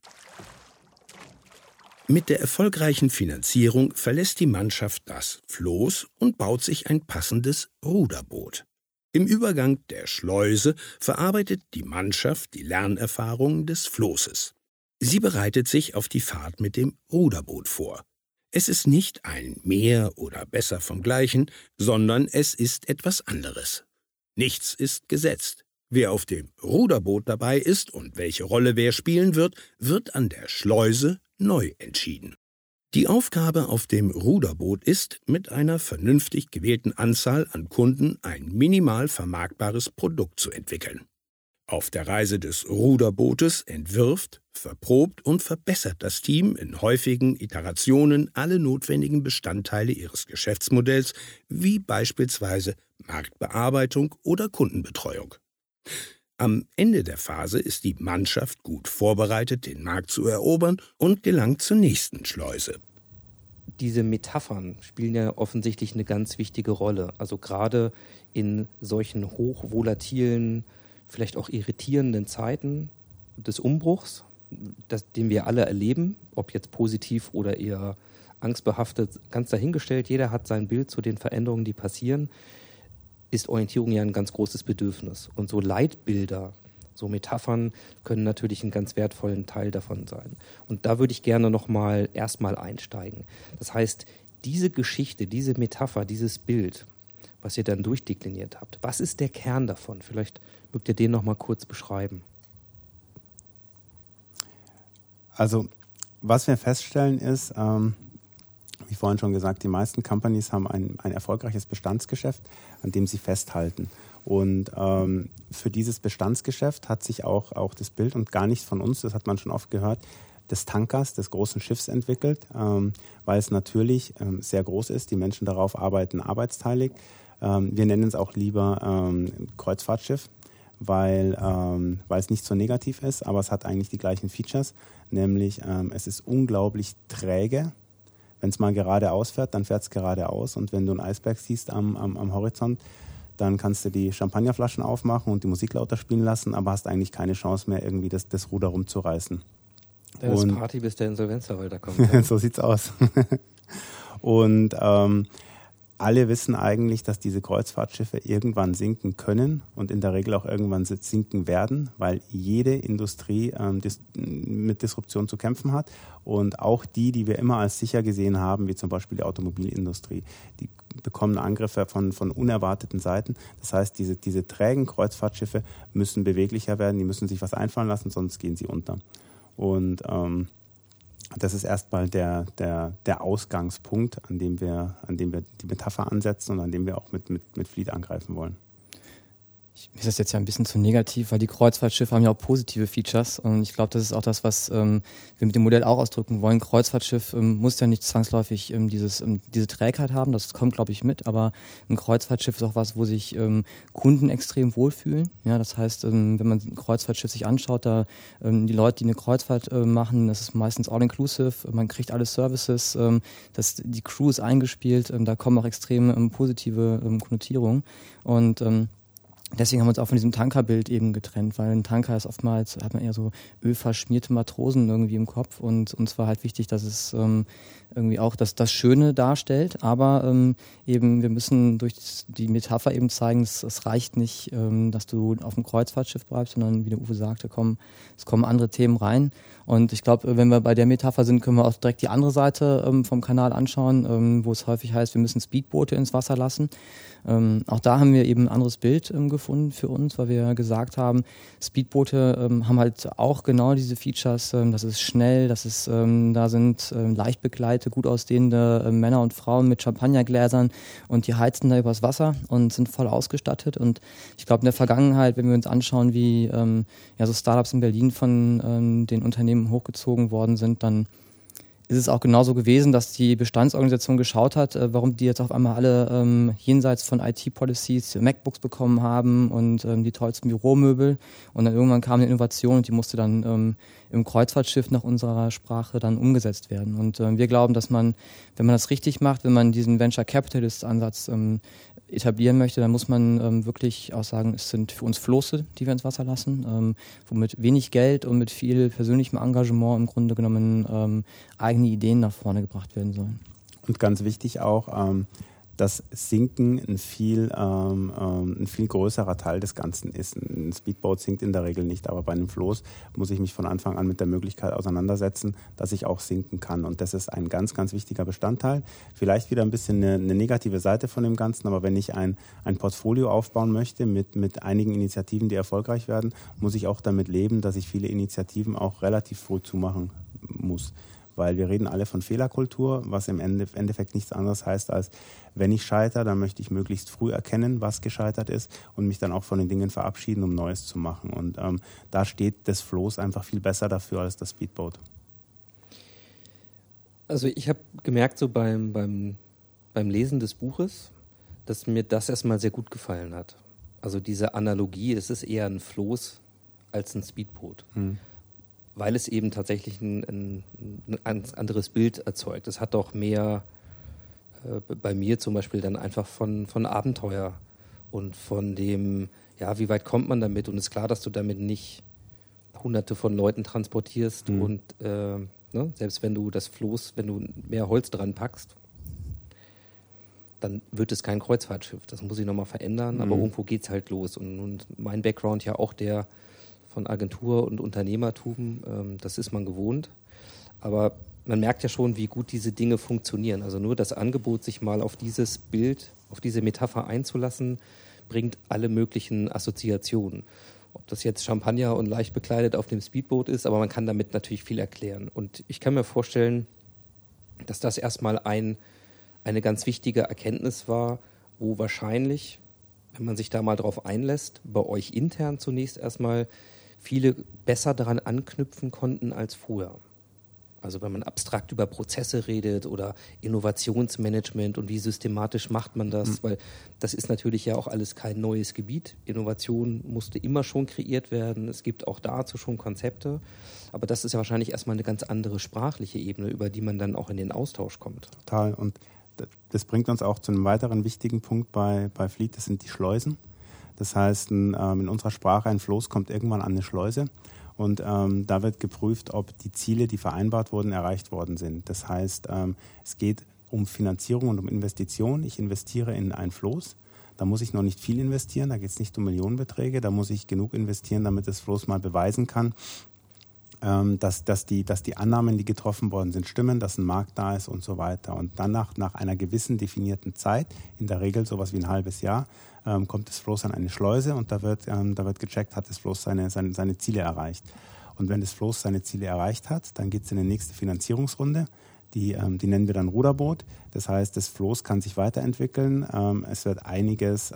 Mit der erfolgreichen Finanzierung verlässt die Mannschaft das Floß und baut sich ein passendes Ruderboot. Im Übergang der Schleuse verarbeitet die Mannschaft die Lernerfahrungen des Floßes. Sie bereitet sich auf die Fahrt mit dem Ruderboot vor. Es ist nicht ein Mehr oder besser vom Gleichen, sondern es ist etwas anderes. Nichts ist gesetzt. Wer auf dem Ruderboot dabei ist und welche Rolle wer spielen wird, wird an der Schleuse neu entschieden. Die Aufgabe auf dem Ruderboot ist, mit einer vernünftig gewählten Anzahl an Kunden ein minimal vermarktbares Produkt zu entwickeln. Auf der Reise des Ruderbootes entwirft, verprobt und verbessert das Team in häufigen Iterationen alle notwendigen Bestandteile ihres Geschäftsmodells, wie beispielsweise Marktbearbeitung oder Kundenbetreuung. Am Ende der Phase ist die Mannschaft gut vorbereitet, den Markt zu erobern und gelangt zur nächsten Schleuse. Diese Metaphern spielen ja offensichtlich eine ganz wichtige Rolle. Also gerade in solchen hochvolatilen, vielleicht auch irritierenden Zeiten des Umbruchs, den wir alle erleben, ob jetzt positiv oder eher angstbehaftet, ganz dahingestellt. Jeder hat sein Bild zu den Veränderungen, die passieren. Ist Orientierung ja ein ganz großes Bedürfnis. Und so Leitbilder, so Metaphern können natürlich einen ganz wertvollen Teil davon sein. Und da würde ich gerne erstmal einsteigen. Das heißt, diese Geschichte, diese Metapher, dieses Bild, was ihr dann durchdekliniert habt, was ist der Kern davon? Vielleicht mögt ihr den nochmal kurz beschreiben. Also, was wir feststellen ist, wie vorhin schon gesagt, die meisten Companies haben ein erfolgreiches Bestandsgeschäft, an dem sie festhalten. Und für dieses Bestandsgeschäft hat sich auch das Bild, und gar nicht von uns, das hat man schon oft gehört, des Tankers, des großen Schiffs entwickelt, weil es natürlich sehr groß ist. Die Menschen darauf arbeiten arbeitsteilig. Wir nennen es auch lieber Kreuzfahrtschiff, weil es nicht so negativ ist, aber es hat eigentlich die gleichen Features, nämlich es ist unglaublich träge. Wenn es mal geradeaus fährt, dann fährt es geradeaus, und wenn du einen Eisberg siehst am Horizont, dann kannst du die Champagnerflaschen aufmachen und die Musik lauter spielen lassen, aber hast eigentlich keine Chance mehr, irgendwie das Ruder rumzureißen. Das ist Party, bis der Insolvenzverwalter kommt. So sieht's aus. Und alle wissen eigentlich, dass diese Kreuzfahrtschiffe irgendwann sinken können und in der Regel auch irgendwann sinken werden, weil jede Industrie mit Disruption zu kämpfen hat, und auch die wir immer als sicher gesehen haben, wie zum Beispiel die Automobilindustrie, die bekommen Angriffe von unerwarteten Seiten. Das heißt, diese trägen Kreuzfahrtschiffe müssen beweglicher werden, die müssen sich was einfallen lassen, sonst gehen sie unter. Und das ist erstmal der Ausgangspunkt, an dem wir die Metapher ansetzen und an dem wir auch mit Fleet angreifen wollen. Mir ist das jetzt ja ein bisschen zu negativ, weil die Kreuzfahrtschiffe haben ja auch positive Features, und ich glaube, das ist auch das, was wir mit dem Modell auch ausdrücken wollen. Kreuzfahrtschiff muss ja nicht zwangsläufig diese Trägheit haben, das kommt, glaube ich, mit, aber ein Kreuzfahrtschiff ist auch was, wo sich Kunden extrem wohlfühlen. Ja, das heißt, wenn man ein Kreuzfahrtschiff sich anschaut, da die Leute, die eine Kreuzfahrt machen, das ist meistens all-inclusive, man kriegt alle Services, die Crew ist eingespielt, da kommen auch extrem positive Konnotierungen, und deswegen haben wir uns auch von diesem Tankerbild eben getrennt, weil ein Tanker ist oftmals, hat man eher so ölverschmierte Matrosen irgendwie im Kopf, und uns war halt wichtig, dass es irgendwie auch das Schöne darstellt, aber eben wir müssen durch die Metapher eben zeigen, es reicht nicht, dass du auf dem Kreuzfahrtschiff bleibst, sondern wie der Uwe sagte, es kommen andere Themen rein, und ich glaube, wenn wir bei der Metapher sind, können wir auch direkt die andere Seite vom Kanal anschauen, wo es häufig heißt, wir müssen Speedboote ins Wasser lassen. Auch da haben wir eben ein anderes Bild gefunden für uns, weil wir gesagt haben, Speedboote haben halt auch genau diese Features, das ist schnell, da sind leicht begleitete, gut ausstehende Männer und Frauen mit Champagnergläsern, und die heizen da übers Wasser und sind voll ausgestattet, und ich glaube, in der Vergangenheit, wenn wir uns anschauen, wie so Startups in Berlin von den Unternehmen hochgezogen worden sind, dann ist es auch genauso gewesen, dass die Bestandsorganisation geschaut hat, warum die jetzt auf einmal alle jenseits von IT-Policies MacBooks bekommen haben und die tollsten Büromöbel, und dann irgendwann kam eine Innovation, und die musste dann im Kreuzfahrtschiff nach unserer Sprache dann umgesetzt werden. Und wir glauben, dass man, wenn man das richtig macht, wenn man diesen Venture Capitalist Ansatz etablieren möchte, dann muss man wirklich auch sagen, es sind für uns Flosse, die wir ins Wasser lassen, wo mit wenig Geld und mit viel persönlichem Engagement im Grunde genommen eigene Ideen nach vorne gebracht werden sollen. Und ganz wichtig auch, dass Sinken ein viel größerer Teil des Ganzen ist. Ein Speedboat sinkt in der Regel nicht, aber bei einem Floß muss ich mich von Anfang an mit der Möglichkeit auseinandersetzen, dass ich auch sinken kann. Und das ist ein ganz, ganz wichtiger Bestandteil. Vielleicht wieder ein bisschen eine negative Seite von dem Ganzen, aber wenn ich ein Portfolio aufbauen möchte mit einigen Initiativen, die erfolgreich werden, muss ich auch damit leben, dass ich viele Initiativen auch relativ früh zumachen muss. Weil wir reden alle von Fehlerkultur, was im Endeffekt nichts anderes heißt als, wenn ich scheitere, dann möchte ich möglichst früh erkennen, was gescheitert ist und mich dann auch von den Dingen verabschieden, um Neues zu machen. Und da steht das Floß einfach viel besser dafür als das Speedboat. Also ich habe gemerkt, so beim Lesen des Buches, dass mir das erstmal sehr gut gefallen hat. Also diese Analogie, es ist eher ein Floß als ein Speedboot. Weil es eben tatsächlich ein anderes Bild erzeugt. Es hat doch mehr bei mir zum Beispiel dann einfach von Abenteuer und von dem, ja, wie weit kommt man damit? Und es ist klar, dass du damit nicht Hunderte von Leuten transportierst und selbst wenn du das Floß, wenn du mehr Holz dran packst, dann wird es kein Kreuzfahrtschiff. Das muss ich nochmal verändern, aber irgendwo geht es halt los. Und mein Background ja auch der von Agentur und Unternehmertum, das ist man gewohnt. Aber man merkt ja schon, wie gut diese Dinge funktionieren. Also nur das Angebot, sich mal auf dieses Bild, auf diese Metapher einzulassen, bringt alle möglichen Assoziationen. Ob das jetzt Champagner und leicht bekleidet auf dem Speedboot ist, aber man kann damit natürlich viel erklären. Und ich kann mir vorstellen, dass das erstmal eine ganz wichtige Erkenntnis war, wo wahrscheinlich, wenn man sich da mal drauf einlässt, bei euch intern zunächst erstmal viele besser daran anknüpfen konnten als vorher. Also wenn man abstrakt über Prozesse redet oder Innovationsmanagement und wie systematisch macht man das, weil das ist natürlich ja auch alles kein neues Gebiet. Innovation musste immer schon kreiert werden, es gibt auch dazu schon Konzepte, aber das ist ja wahrscheinlich erstmal eine ganz andere sprachliche Ebene, über die man dann auch in den Austausch kommt. Total, und das bringt uns auch zu einem weiteren wichtigen Punkt bei Fleet, das sind die Schleusen. Das heißt, in unserer Sprache ein Floß kommt irgendwann an eine Schleuse. Und da wird geprüft, ob die Ziele, die vereinbart wurden, erreicht worden sind. Das heißt, es geht um Finanzierung und um Investition. Ich investiere in ein Floß. Da muss ich noch nicht viel investieren. Da geht es nicht um Millionenbeträge. Da muss ich genug investieren, damit das Floß mal beweisen kann, dass die Annahmen, die getroffen worden sind, stimmen, dass ein Markt da ist und so weiter. Und dann nach einer gewissen definierten Zeit, in der Regel sowas wie ein halbes Jahr, kommt das Floß an eine Schleuse und da wird gecheckt, hat das Floß seine Ziele erreicht. Und wenn das Floß seine Ziele erreicht hat, dann geht es in die nächste Finanzierungsrunde. Die nennen wir dann Ruderboot. Das heißt, das Floß kann sich weiterentwickeln. Es wird einiges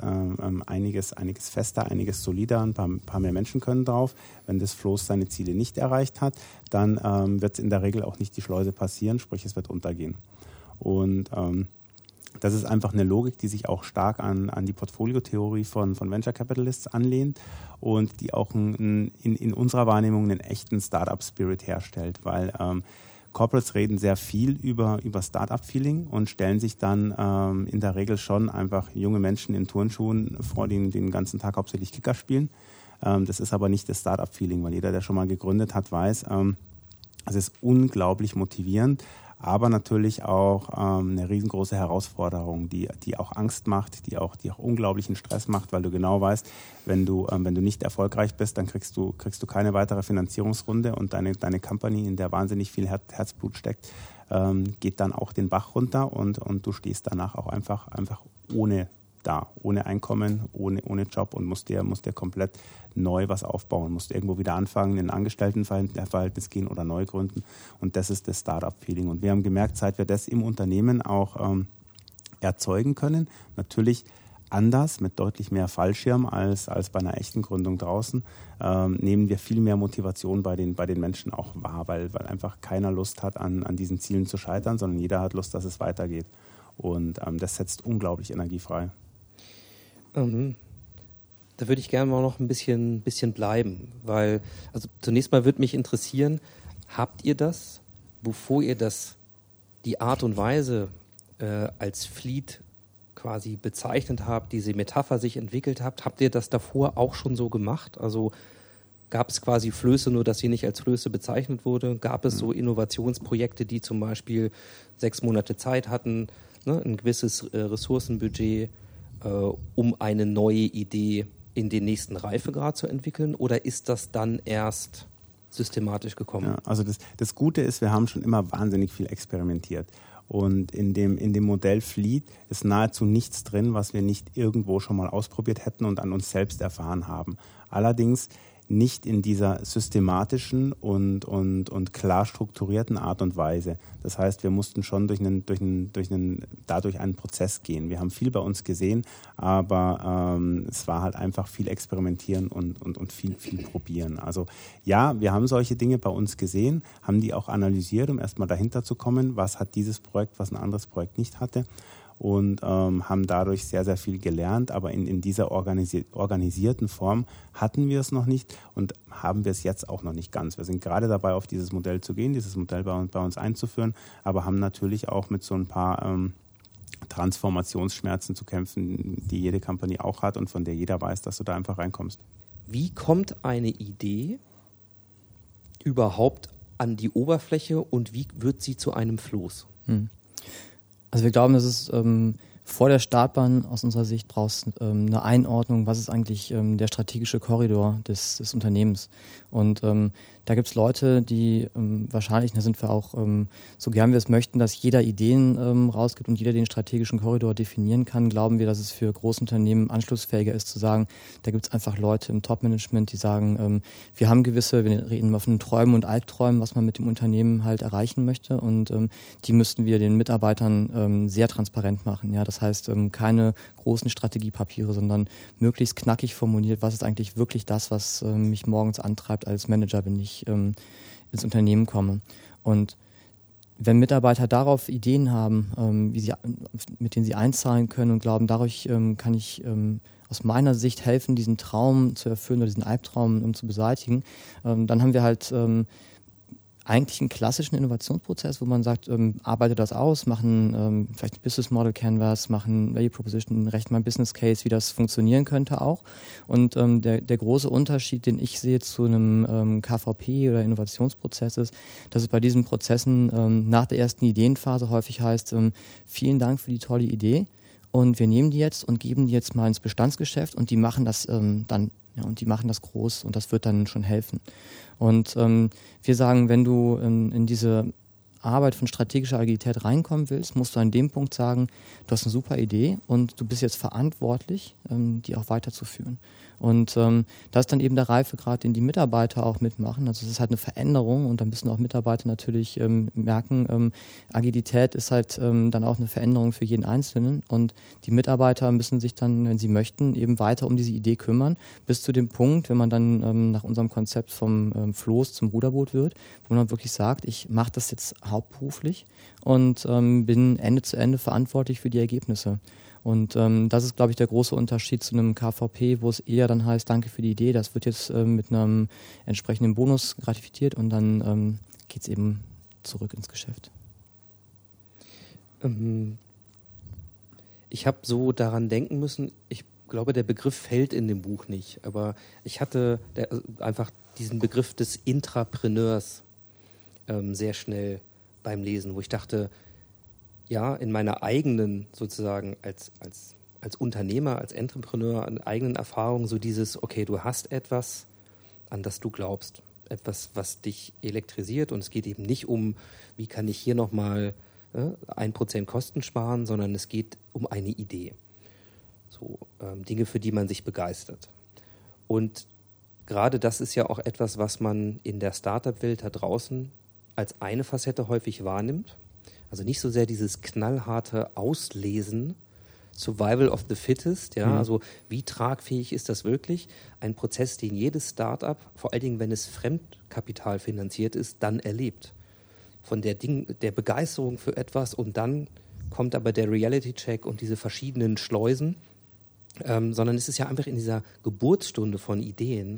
fester, einiges solider, ein paar mehr Menschen können drauf. Wenn das Floß seine Ziele nicht erreicht hat, dann wird es in der Regel auch nicht die Schleuse passieren, sprich es wird untergehen. Und das ist einfach eine Logik, die sich auch stark an die Portfoliotheorie von Venture Capitalists anlehnt und die auch in unserer Wahrnehmung einen echten Startup-Spirit herstellt, weil Corporates reden sehr viel über Startup-Feeling und stellen sich dann in der Regel schon einfach junge Menschen in Turnschuhen vor, die den ganzen Tag hauptsächlich Kicker spielen. Das ist aber nicht das Startup-Feeling, weil jeder, der schon mal gegründet hat, weiß, es ist unglaublich motivierend, aber natürlich auch eine riesengroße Herausforderung, die auch Angst macht, die auch unglaublichen Stress macht, weil du genau weißt, wenn du nicht erfolgreich bist, dann kriegst du keine weitere Finanzierungsrunde und deine Company, in der wahnsinnig viel Herzblut steckt, geht dann auch den Bach runter und du stehst danach auch einfach ohne Einkommen, ohne Job und musst dir komplett neu was aufbauen, musst irgendwo wieder anfangen, in ein Angestelltenverhältnis gehen oder neu gründen und das ist das Startup-Feeling. Und wir haben gemerkt, seit wir das im Unternehmen auch erzeugen können, natürlich anders, mit deutlich mehr Fallschirm als bei einer echten Gründung draußen, nehmen wir viel mehr Motivation bei den Menschen auch wahr, weil einfach keiner Lust hat, an diesen Zielen zu scheitern, sondern jeder hat Lust, dass es weitergeht. Und das setzt unglaublich Energie frei. Da würde ich gerne mal noch ein bisschen bleiben, weil, also zunächst mal würde mich interessieren, habt ihr das, bevor ihr die Art und Weise als Fleet quasi bezeichnet habt, diese Metapher sich entwickelt habt ihr das davor auch schon so gemacht? Also gab es quasi Flöße, nur dass sie nicht als Flöße bezeichnet wurde? Gab es so Innovationsprojekte, die zum Beispiel 6 Monate Zeit hatten, ne, ein gewisses Ressourcenbudget, um eine neue Idee in den nächsten Reifegrad zu entwickeln? Oder ist das dann erst systematisch gekommen? Ja, also das Gute ist, wir haben schon immer wahnsinnig viel experimentiert. Und in dem Modell Fleet ist nahezu nichts drin, was wir nicht irgendwo schon mal ausprobiert hätten und an uns selbst erfahren haben. Allerdings nicht in dieser systematischen und klar strukturierten Art und Weise. Das heißt, wir mussten schon dadurch einen Prozess gehen. Wir haben viel bei uns gesehen, aber es war halt einfach viel experimentieren und viel probieren. Also ja, wir haben solche Dinge bei uns gesehen, haben die auch analysiert, um erstmal dahinter zu kommen, was hat dieses Projekt, was ein anderes Projekt nicht hatte. Und haben dadurch sehr, sehr viel gelernt, aber in dieser organisierten Form hatten wir es noch nicht und haben wir es jetzt auch noch nicht ganz. Wir sind gerade dabei, auf dieses Modell zu gehen, dieses Modell bei uns einzuführen, aber haben natürlich auch mit so ein paar Transformationsschmerzen zu kämpfen, die jede Company auch hat und von der jeder weiß, dass du da einfach reinkommst. Wie kommt eine Idee überhaupt an die Oberfläche und wie wird sie zu einem Floß? Also wir glauben, dass es vor der Startbahn aus unserer Sicht brauchst eine Einordnung, was ist eigentlich der strategische Korridor des Unternehmens. Und da gibt es Leute, die wahrscheinlich, da sind wir auch so gern wir es möchten, dass jeder Ideen rausgibt und jeder den strategischen Korridor definieren kann, glauben wir, dass es für Großunternehmen anschlussfähiger ist zu sagen, da gibt es einfach Leute im Top-Management, die sagen, wir reden immer von Träumen und Albträumen, was man mit dem Unternehmen halt erreichen möchte und die müssten wir den Mitarbeitern sehr transparent machen. Ja, das heißt, keine großen Strategiepapiere, sondern möglichst knackig formuliert, was ist eigentlich wirklich das, was mich morgens antreibt als Manager, wenn ich ins Unternehmen komme. Und wenn Mitarbeiter darauf Ideen haben, mit denen sie einzahlen können und glauben, dadurch kann ich aus meiner Sicht helfen, diesen Traum zu erfüllen oder diesen Albtraum zu beseitigen, dann haben wir halt eigentlich einen klassischen Innovationsprozess, wo man sagt, arbeite das aus, machen vielleicht ein Business Model Canvas, machen Value Proposition, rechnen mal ein Business Case, wie das funktionieren könnte auch. Und der große Unterschied, den ich sehe zu einem KVP oder Innovationsprozess ist, dass es bei diesen Prozessen nach der ersten Ideenphase häufig heißt, vielen Dank für die tolle Idee und wir nehmen die jetzt und geben die jetzt mal ins Bestandsgeschäft und die machen das dann. Ja, und die machen das groß und das wird dann schon helfen. Und wir sagen, wenn du in diese Arbeit von strategischer Agilität reinkommen willst, musst du an dem Punkt sagen, du hast eine super Idee und du bist jetzt verantwortlich, die auch weiterzuführen. Und das ist dann eben der Reifegrad, den die Mitarbeiter auch mitmachen. Also es ist halt eine Veränderung und dann müssen auch Mitarbeiter natürlich merken, Agilität ist halt dann auch eine Veränderung für jeden Einzelnen und die Mitarbeiter müssen sich dann, wenn sie möchten, eben weiter um diese Idee kümmern, bis zu dem Punkt, wenn man dann nach unserem Konzept vom Floß zum Ruderboot wird, wo man wirklich sagt, ich mache das jetzt hauptberuflich und bin Ende zu Ende verantwortlich für die Ergebnisse. Und das ist, glaube ich, der große Unterschied zu einem KVP, wo es eher dann heißt, danke für die Idee, das wird jetzt mit einem entsprechenden Bonus gratifiziert und dann geht es eben zurück ins Geschäft. Ich habe so daran denken müssen, ich glaube, der Begriff fällt in dem Buch nicht, aber ich hatte einfach diesen Begriff des Intrapreneurs sehr schnell beim Lesen, wo ich dachte, ja, in meiner eigenen, sozusagen als Unternehmer, als Entrepreneur, an eigenen Erfahrungen, so dieses, okay, du hast etwas, an das du glaubst, etwas, was dich elektrisiert und es geht eben nicht um, wie kann ich hier nochmal 1% Kosten sparen, sondern es geht um eine Idee. So Dinge, für die man sich begeistert. Und gerade das ist ja auch etwas, was man in der Startup-Welt da draußen als eine Facette häufig wahrnimmt. Also nicht so sehr dieses knallharte Auslesen, Survival of the Fittest, ja, also wie tragfähig ist das wirklich? Ein Prozess, den jedes Startup, vor allen Dingen, wenn es Fremdkapital finanziert ist, dann erlebt. Von der Begeisterung für etwas und dann kommt aber der Reality-Check und diese verschiedenen Schleusen, sondern es ist ja einfach in dieser Geburtsstunde von Ideen,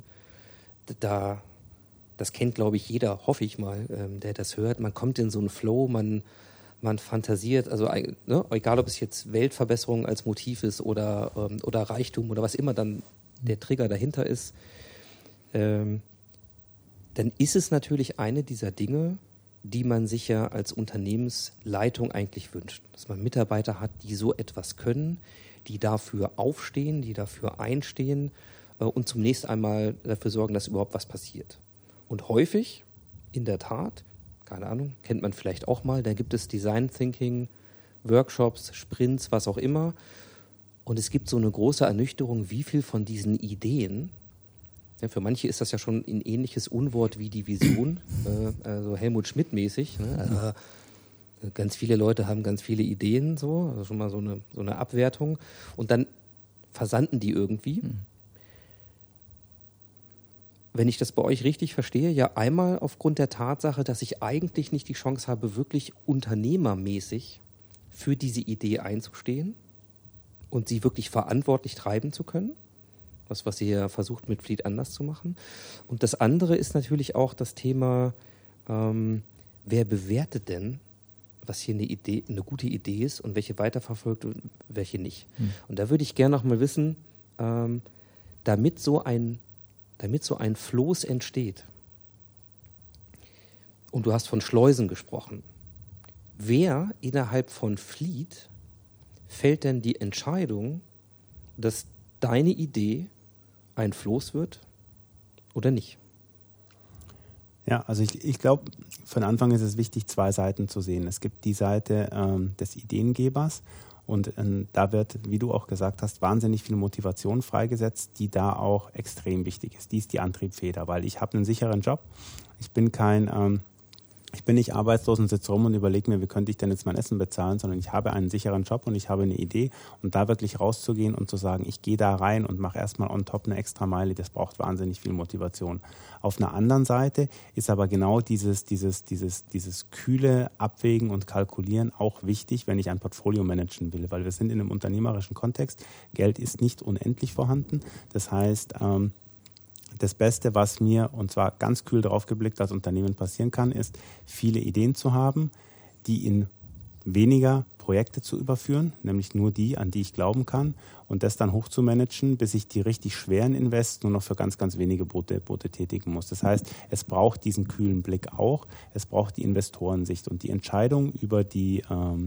das kennt, glaube ich, jeder, hoffe ich mal, der das hört, man kommt in so einen Flow, man fantasiert, also egal, ob es jetzt Weltverbesserung als Motiv ist oder Reichtum oder was immer dann der Trigger dahinter ist, dann ist es natürlich eine dieser Dinge, die man sich ja als Unternehmensleitung eigentlich wünscht. Dass man Mitarbeiter hat, die so etwas können, die dafür aufstehen, die dafür einstehen und zunächst einmal dafür sorgen, dass überhaupt was passiert. Und häufig, in der Tat, keine Ahnung, kennt man vielleicht auch mal, da gibt es Design Thinking, Workshops, Sprints, was auch immer. Und es gibt so eine große Ernüchterung, wie viel von diesen Ideen Ja, für manche ist das ja schon ein ähnliches Unwort wie die Vision, also Helmut Schmidt mäßig. Ne? Ganz viele Leute haben ganz viele Ideen, so, also schon mal so eine Abwertung. Und dann versanden die irgendwie. Wenn ich das bei euch richtig verstehe, ja einmal aufgrund der Tatsache, dass ich eigentlich nicht die Chance habe, wirklich unternehmermäßig für diese Idee einzustehen und sie wirklich verantwortlich treiben zu können. Was ihr ja versucht mit Fleet anders zu machen. Und das andere ist natürlich auch das Thema, wer bewertet denn, was hier eine gute Idee ist und welche weiterverfolgt und welche nicht. Und da würde ich gerne noch mal wissen, damit so ein Floß entsteht, und du hast von Schleusen gesprochen, wer innerhalb von Fleet fällt denn die Entscheidung, dass deine Idee ein Floß wird oder nicht? Ja, also ich glaube, von Anfang ist es wichtig, 2 Seiten zu sehen. Es gibt die Seite des Ideengebers und da wird, wie du auch gesagt hast, wahnsinnig viel Motivation freigesetzt, die da auch extrem wichtig ist. Die ist die Antriebsfeder, weil ich habe einen sicheren Job. Ich bin nicht arbeitslos und sitze rum und überlege mir, wie könnte ich denn jetzt mein Essen bezahlen, sondern ich habe einen sicheren Job und ich habe eine Idee, und da wirklich rauszugehen und zu sagen, ich gehe da rein und mache erstmal on top eine extra Meile, das braucht wahnsinnig viel Motivation. Auf einer anderen Seite ist aber genau dieses kühle Abwägen und Kalkulieren auch wichtig, wenn ich ein Portfolio managen will, weil wir sind in einem unternehmerischen Kontext, Geld ist nicht unendlich vorhanden, das heißt, das Beste, was mir, und zwar ganz kühl drauf geblickt, als Unternehmen passieren kann, ist, viele Ideen zu haben, die in weniger Projekte zu überführen, nämlich nur die, an die ich glauben kann, und das dann hoch zu managen, bis ich die richtig schweren Invests nur noch für ganz, ganz wenige Boote tätigen muss. Das heißt, es braucht diesen kühlen Blick auch, es braucht die Investorensicht, und die Entscheidung über die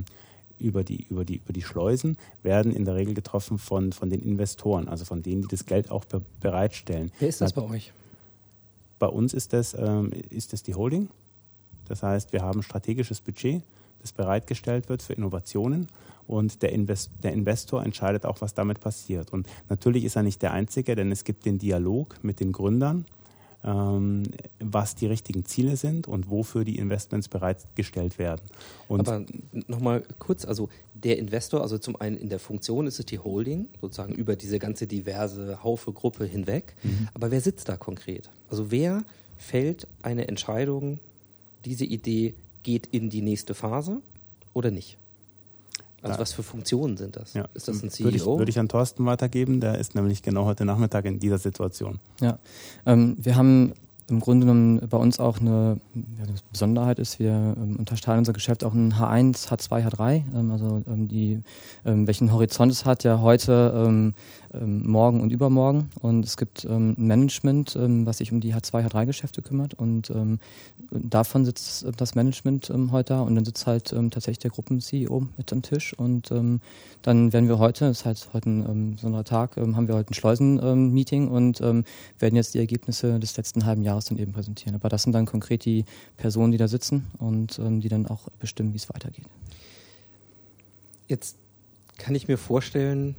Schleusen werden in der Regel getroffen von den Investoren, also von denen, die das Geld auch bereitstellen. Wer ist das bei euch? Bei uns ist das die Holding. Das heißt, wir haben ein strategisches Budget, das bereitgestellt wird für Innovationen, und der Investor entscheidet auch, was damit passiert. Und natürlich ist er nicht der Einzige, denn es gibt den Dialog mit den Gründern, was die richtigen Ziele sind und wofür die Investments bereitgestellt werden. Und aber nochmal kurz, also der Investor, also zum einen in der Funktion ist es die Holding, sozusagen über diese ganze diverse Haufe-Gruppe hinweg, aber wer sitzt da konkret? Also wer fällt eine Entscheidung, diese Idee geht in die nächste Phase oder nicht? Also was für Funktionen sind das? Ja. Ist das ein CEO? Würde ich an Thorsten weitergeben, der ist nämlich genau heute Nachmittag in dieser Situation. Ja, wir haben im Grunde genommen bei uns auch eine Besonderheit ist, wir unterteilen unser Geschäft auch in H1, H2, H3, also welchen Horizont es hat, ja heute, morgen und übermorgen, und es gibt ein Management, was sich um die H2, H3-Geschäfte kümmert, und davon sitzt das Management heute da, und dann sitzt halt tatsächlich der Gruppen-CEO mit am Tisch, und dann werden wir heute, das ist halt heute ein besonderer Tag, haben wir heute ein Schleusen-Meeting und werden jetzt die Ergebnisse des letzten halben Jahres dann eben präsentieren. Aber das sind dann konkret die Personen, die da sitzen und die dann auch bestimmen, wie es weitergeht. Jetzt kann ich mir vorstellen,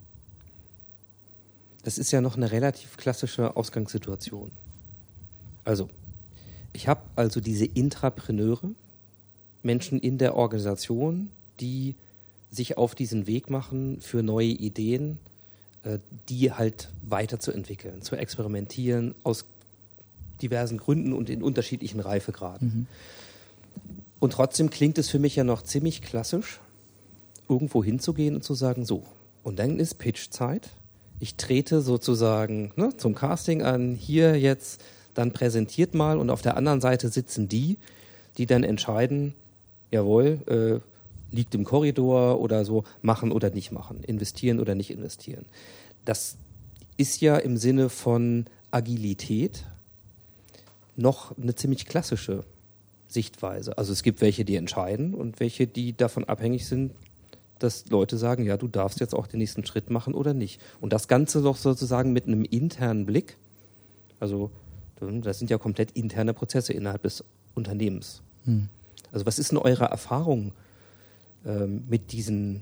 das ist ja noch eine relativ klassische Ausgangssituation. Also, ich habe also diese Intrapreneure, Menschen in der Organisation, die sich auf diesen Weg machen für neue Ideen, die halt weiterzuentwickeln, zu experimentieren, aus diversen Gründen und in unterschiedlichen Reifegraden. Und trotzdem klingt es für mich ja noch ziemlich klassisch, irgendwo hinzugehen und zu sagen, so, und dann ist Pitch-Zeit. Ich trete sozusagen zum Casting an, hier jetzt, dann präsentiert mal, und auf der anderen Seite sitzen die dann entscheiden, jawohl, liegt im Korridor oder so, machen oder nicht machen, investieren oder nicht investieren. Das ist ja im Sinne von Agilität noch eine ziemlich klassische Sichtweise. Also es gibt welche, die entscheiden, und welche, die davon abhängig sind, dass Leute sagen, ja, du darfst jetzt auch den nächsten Schritt machen oder nicht. Und das Ganze doch sozusagen mit einem internen Blick, also das sind ja komplett interne Prozesse innerhalb des Unternehmens. Also was ist denn eure Erfahrung mit diesen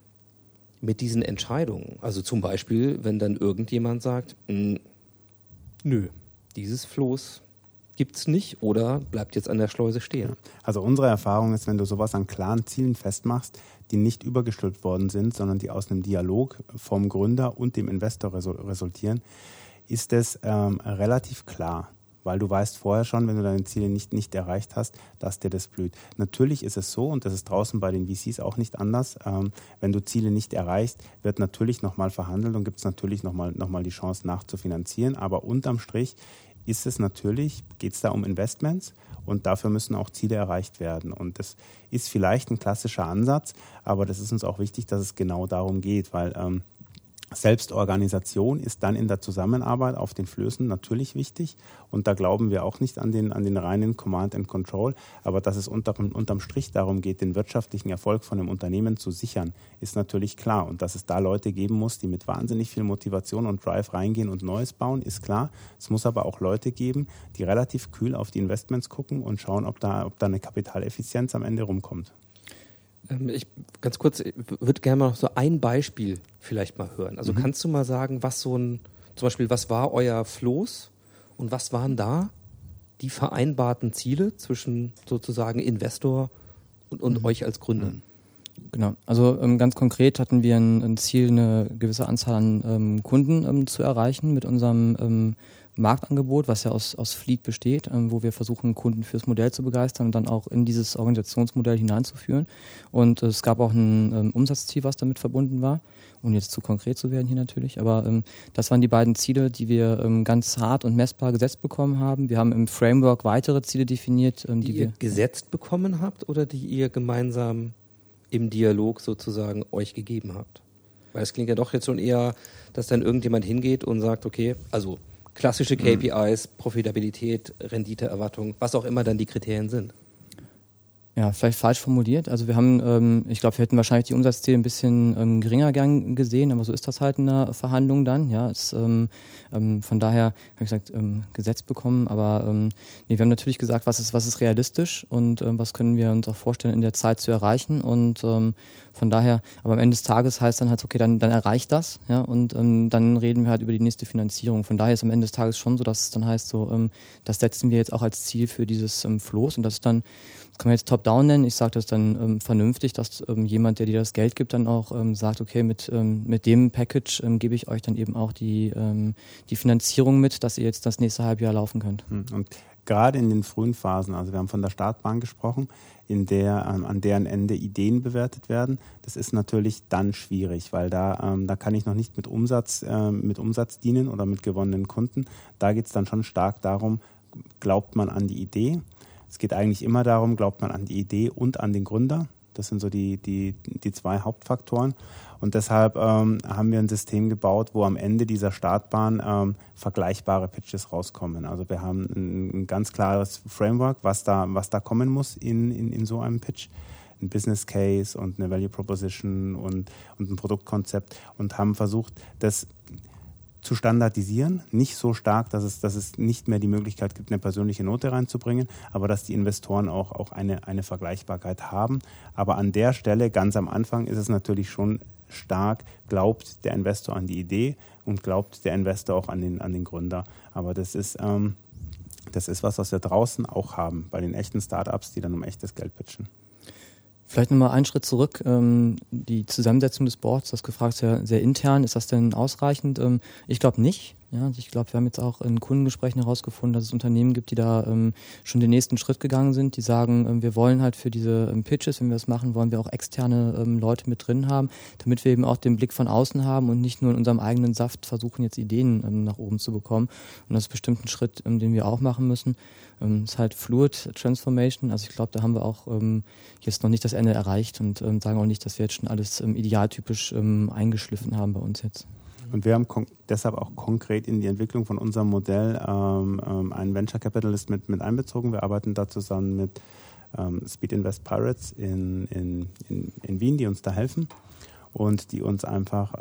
Entscheidungen? Also zum Beispiel, wenn dann irgendjemand sagt, Nö, dieses Floß gibt's nicht oder bleibt jetzt an der Schleuse stehen. Also unsere Erfahrung ist, wenn du sowas an klaren Zielen festmachst, die nicht übergestülpt worden sind, sondern die aus einem Dialog vom Gründer und dem Investor resultieren, ist es relativ klar. Weil du weißt vorher schon, wenn du deine Ziele nicht erreicht hast, dass dir das blüht. Natürlich ist es so, und das ist draußen bei den VCs auch nicht anders, wenn du Ziele nicht erreichst, wird natürlich nochmal verhandelt und gibt es natürlich nochmal die Chance nachzufinanzieren. Aber unterm Strich ist es natürlich, geht es da um Investments und dafür müssen auch Ziele erreicht werden. Und das ist vielleicht ein klassischer Ansatz, aber das ist uns auch wichtig, dass es genau darum geht, weil Selbstorganisation ist dann in der Zusammenarbeit auf den Flößen natürlich wichtig und da glauben wir auch nicht an den reinen Command and Control, aber dass es unterm Strich darum geht, den wirtschaftlichen Erfolg von einem Unternehmen zu sichern, ist natürlich klar und dass es da Leute geben muss, die mit wahnsinnig viel Motivation und Drive reingehen und Neues bauen, ist klar. Es muss aber auch Leute geben, die relativ kühl auf die Investments gucken und schauen, ob da eine Kapitaleffizienz am Ende rumkommt. Ich ganz kurz würde gerne mal noch so ein Beispiel vielleicht mal hören. Also kannst du mal sagen, was zum Beispiel, was war euer Floß und was waren da die vereinbarten Ziele zwischen sozusagen Investor und euch als Gründern? Genau, also ganz konkret hatten wir ein Ziel, eine gewisse Anzahl an Kunden zu erreichen mit unserem Marktangebot, was ja aus Fleet besteht, wo wir versuchen, Kunden fürs Modell zu begeistern und dann auch in dieses Organisationsmodell hineinzuführen. Und es gab auch ein Umsatzziel, was damit verbunden war, ohne jetzt zu konkret zu werden hier natürlich. Aber das waren die beiden Ziele, die wir ganz hart und messbar gesetzt bekommen haben. Wir haben im Framework weitere Ziele definiert. Die ihr gesetzt bekommen habt oder die ihr gemeinsam im Dialog sozusagen euch gegeben habt? Weil es klingt ja doch jetzt schon eher, dass dann irgendjemand hingeht und sagt, okay, also klassische KPIs, Profitabilität, Renditeerwartung, was auch immer dann die Kriterien sind. Ja, vielleicht falsch formuliert. Also wir haben, ich glaube, wir hätten wahrscheinlich die Umsatzziele ein bisschen geringer gern gesehen, aber so ist das halt in einer Verhandlung dann. Ja, von daher habe ich gesagt, gesetzt bekommen, aber wir haben natürlich gesagt, was ist realistisch und was können wir uns auch vorstellen, in der Zeit zu erreichen und von daher, aber am Ende des Tages heißt dann halt, okay, dann erreicht das, ja, und dann reden wir halt über die nächste Finanzierung. Von daher ist am Ende des Tages schon so, dass es dann heißt, so, das setzen wir jetzt auch als Ziel für dieses Floß und das ist dann, das kann man jetzt Top-Down nennen, ich sage das dann vernünftig, dass jemand, der dir das Geld gibt, dann auch sagt, okay, mit dem Package gebe ich euch dann eben auch die Finanzierung mit, dass ihr jetzt das nächste Halbjahr laufen könnt. Und gerade in den frühen Phasen, also wir haben von der Startbahn gesprochen, an deren Ende Ideen bewertet werden. Das ist natürlich dann schwierig, weil da kann ich noch nicht mit Umsatz dienen oder mit gewonnenen Kunden. Da geht es dann schon stark darum, glaubt man an die Idee. Es geht eigentlich immer darum, glaubt man an die Idee und an den Gründer. Das sind so die zwei Hauptfaktoren. Und deshalb haben wir ein System gebaut, wo am Ende dieser Startbahn vergleichbare Pitches rauskommen. Also wir haben ein ganz klares Framework, was da kommen muss in so einem Pitch. Ein Business Case und eine Value Proposition und ein Produktkonzept und haben versucht, das zu standardisieren, nicht so stark, dass es nicht mehr die Möglichkeit gibt, eine persönliche Note reinzubringen, aber dass die Investoren auch eine Vergleichbarkeit haben. Aber an der Stelle, ganz am Anfang, ist es natürlich schon stark, glaubt der Investor an die Idee und glaubt der Investor auch an den Gründer. Aber das ist was wir draußen auch haben, bei den echten Startups, die dann um echtes Geld pitchen. Vielleicht nochmal einen Schritt zurück. Die Zusammensetzung des Boards, das gefragt ist ja sehr intern. Ist das denn ausreichend? Ich glaube nicht. Ja, ich glaube, wir haben jetzt auch in Kundengesprächen herausgefunden, dass es Unternehmen gibt, die da schon den nächsten Schritt gegangen sind, die sagen, wir wollen halt für diese Pitches, wenn wir das machen, wollen wir auch externe Leute mit drin haben, damit wir eben auch den Blick von außen haben und nicht nur in unserem eigenen Saft versuchen, jetzt Ideen nach oben zu bekommen. Und das ist bestimmt ein Schritt, den wir auch machen müssen. Das ist halt Fluid Transformation. Also ich glaube, da haben wir auch jetzt noch nicht das Ende erreicht und sagen auch nicht, dass wir jetzt schon alles idealtypisch eingeschliffen haben bei uns jetzt. Und wir haben deshalb auch konkret in die Entwicklung von unserem Modell einen Venture Capitalist mit einbezogen. Wir arbeiten da zusammen mit Speed Invest Pirates in Wien, die uns da helfen und die uns einfach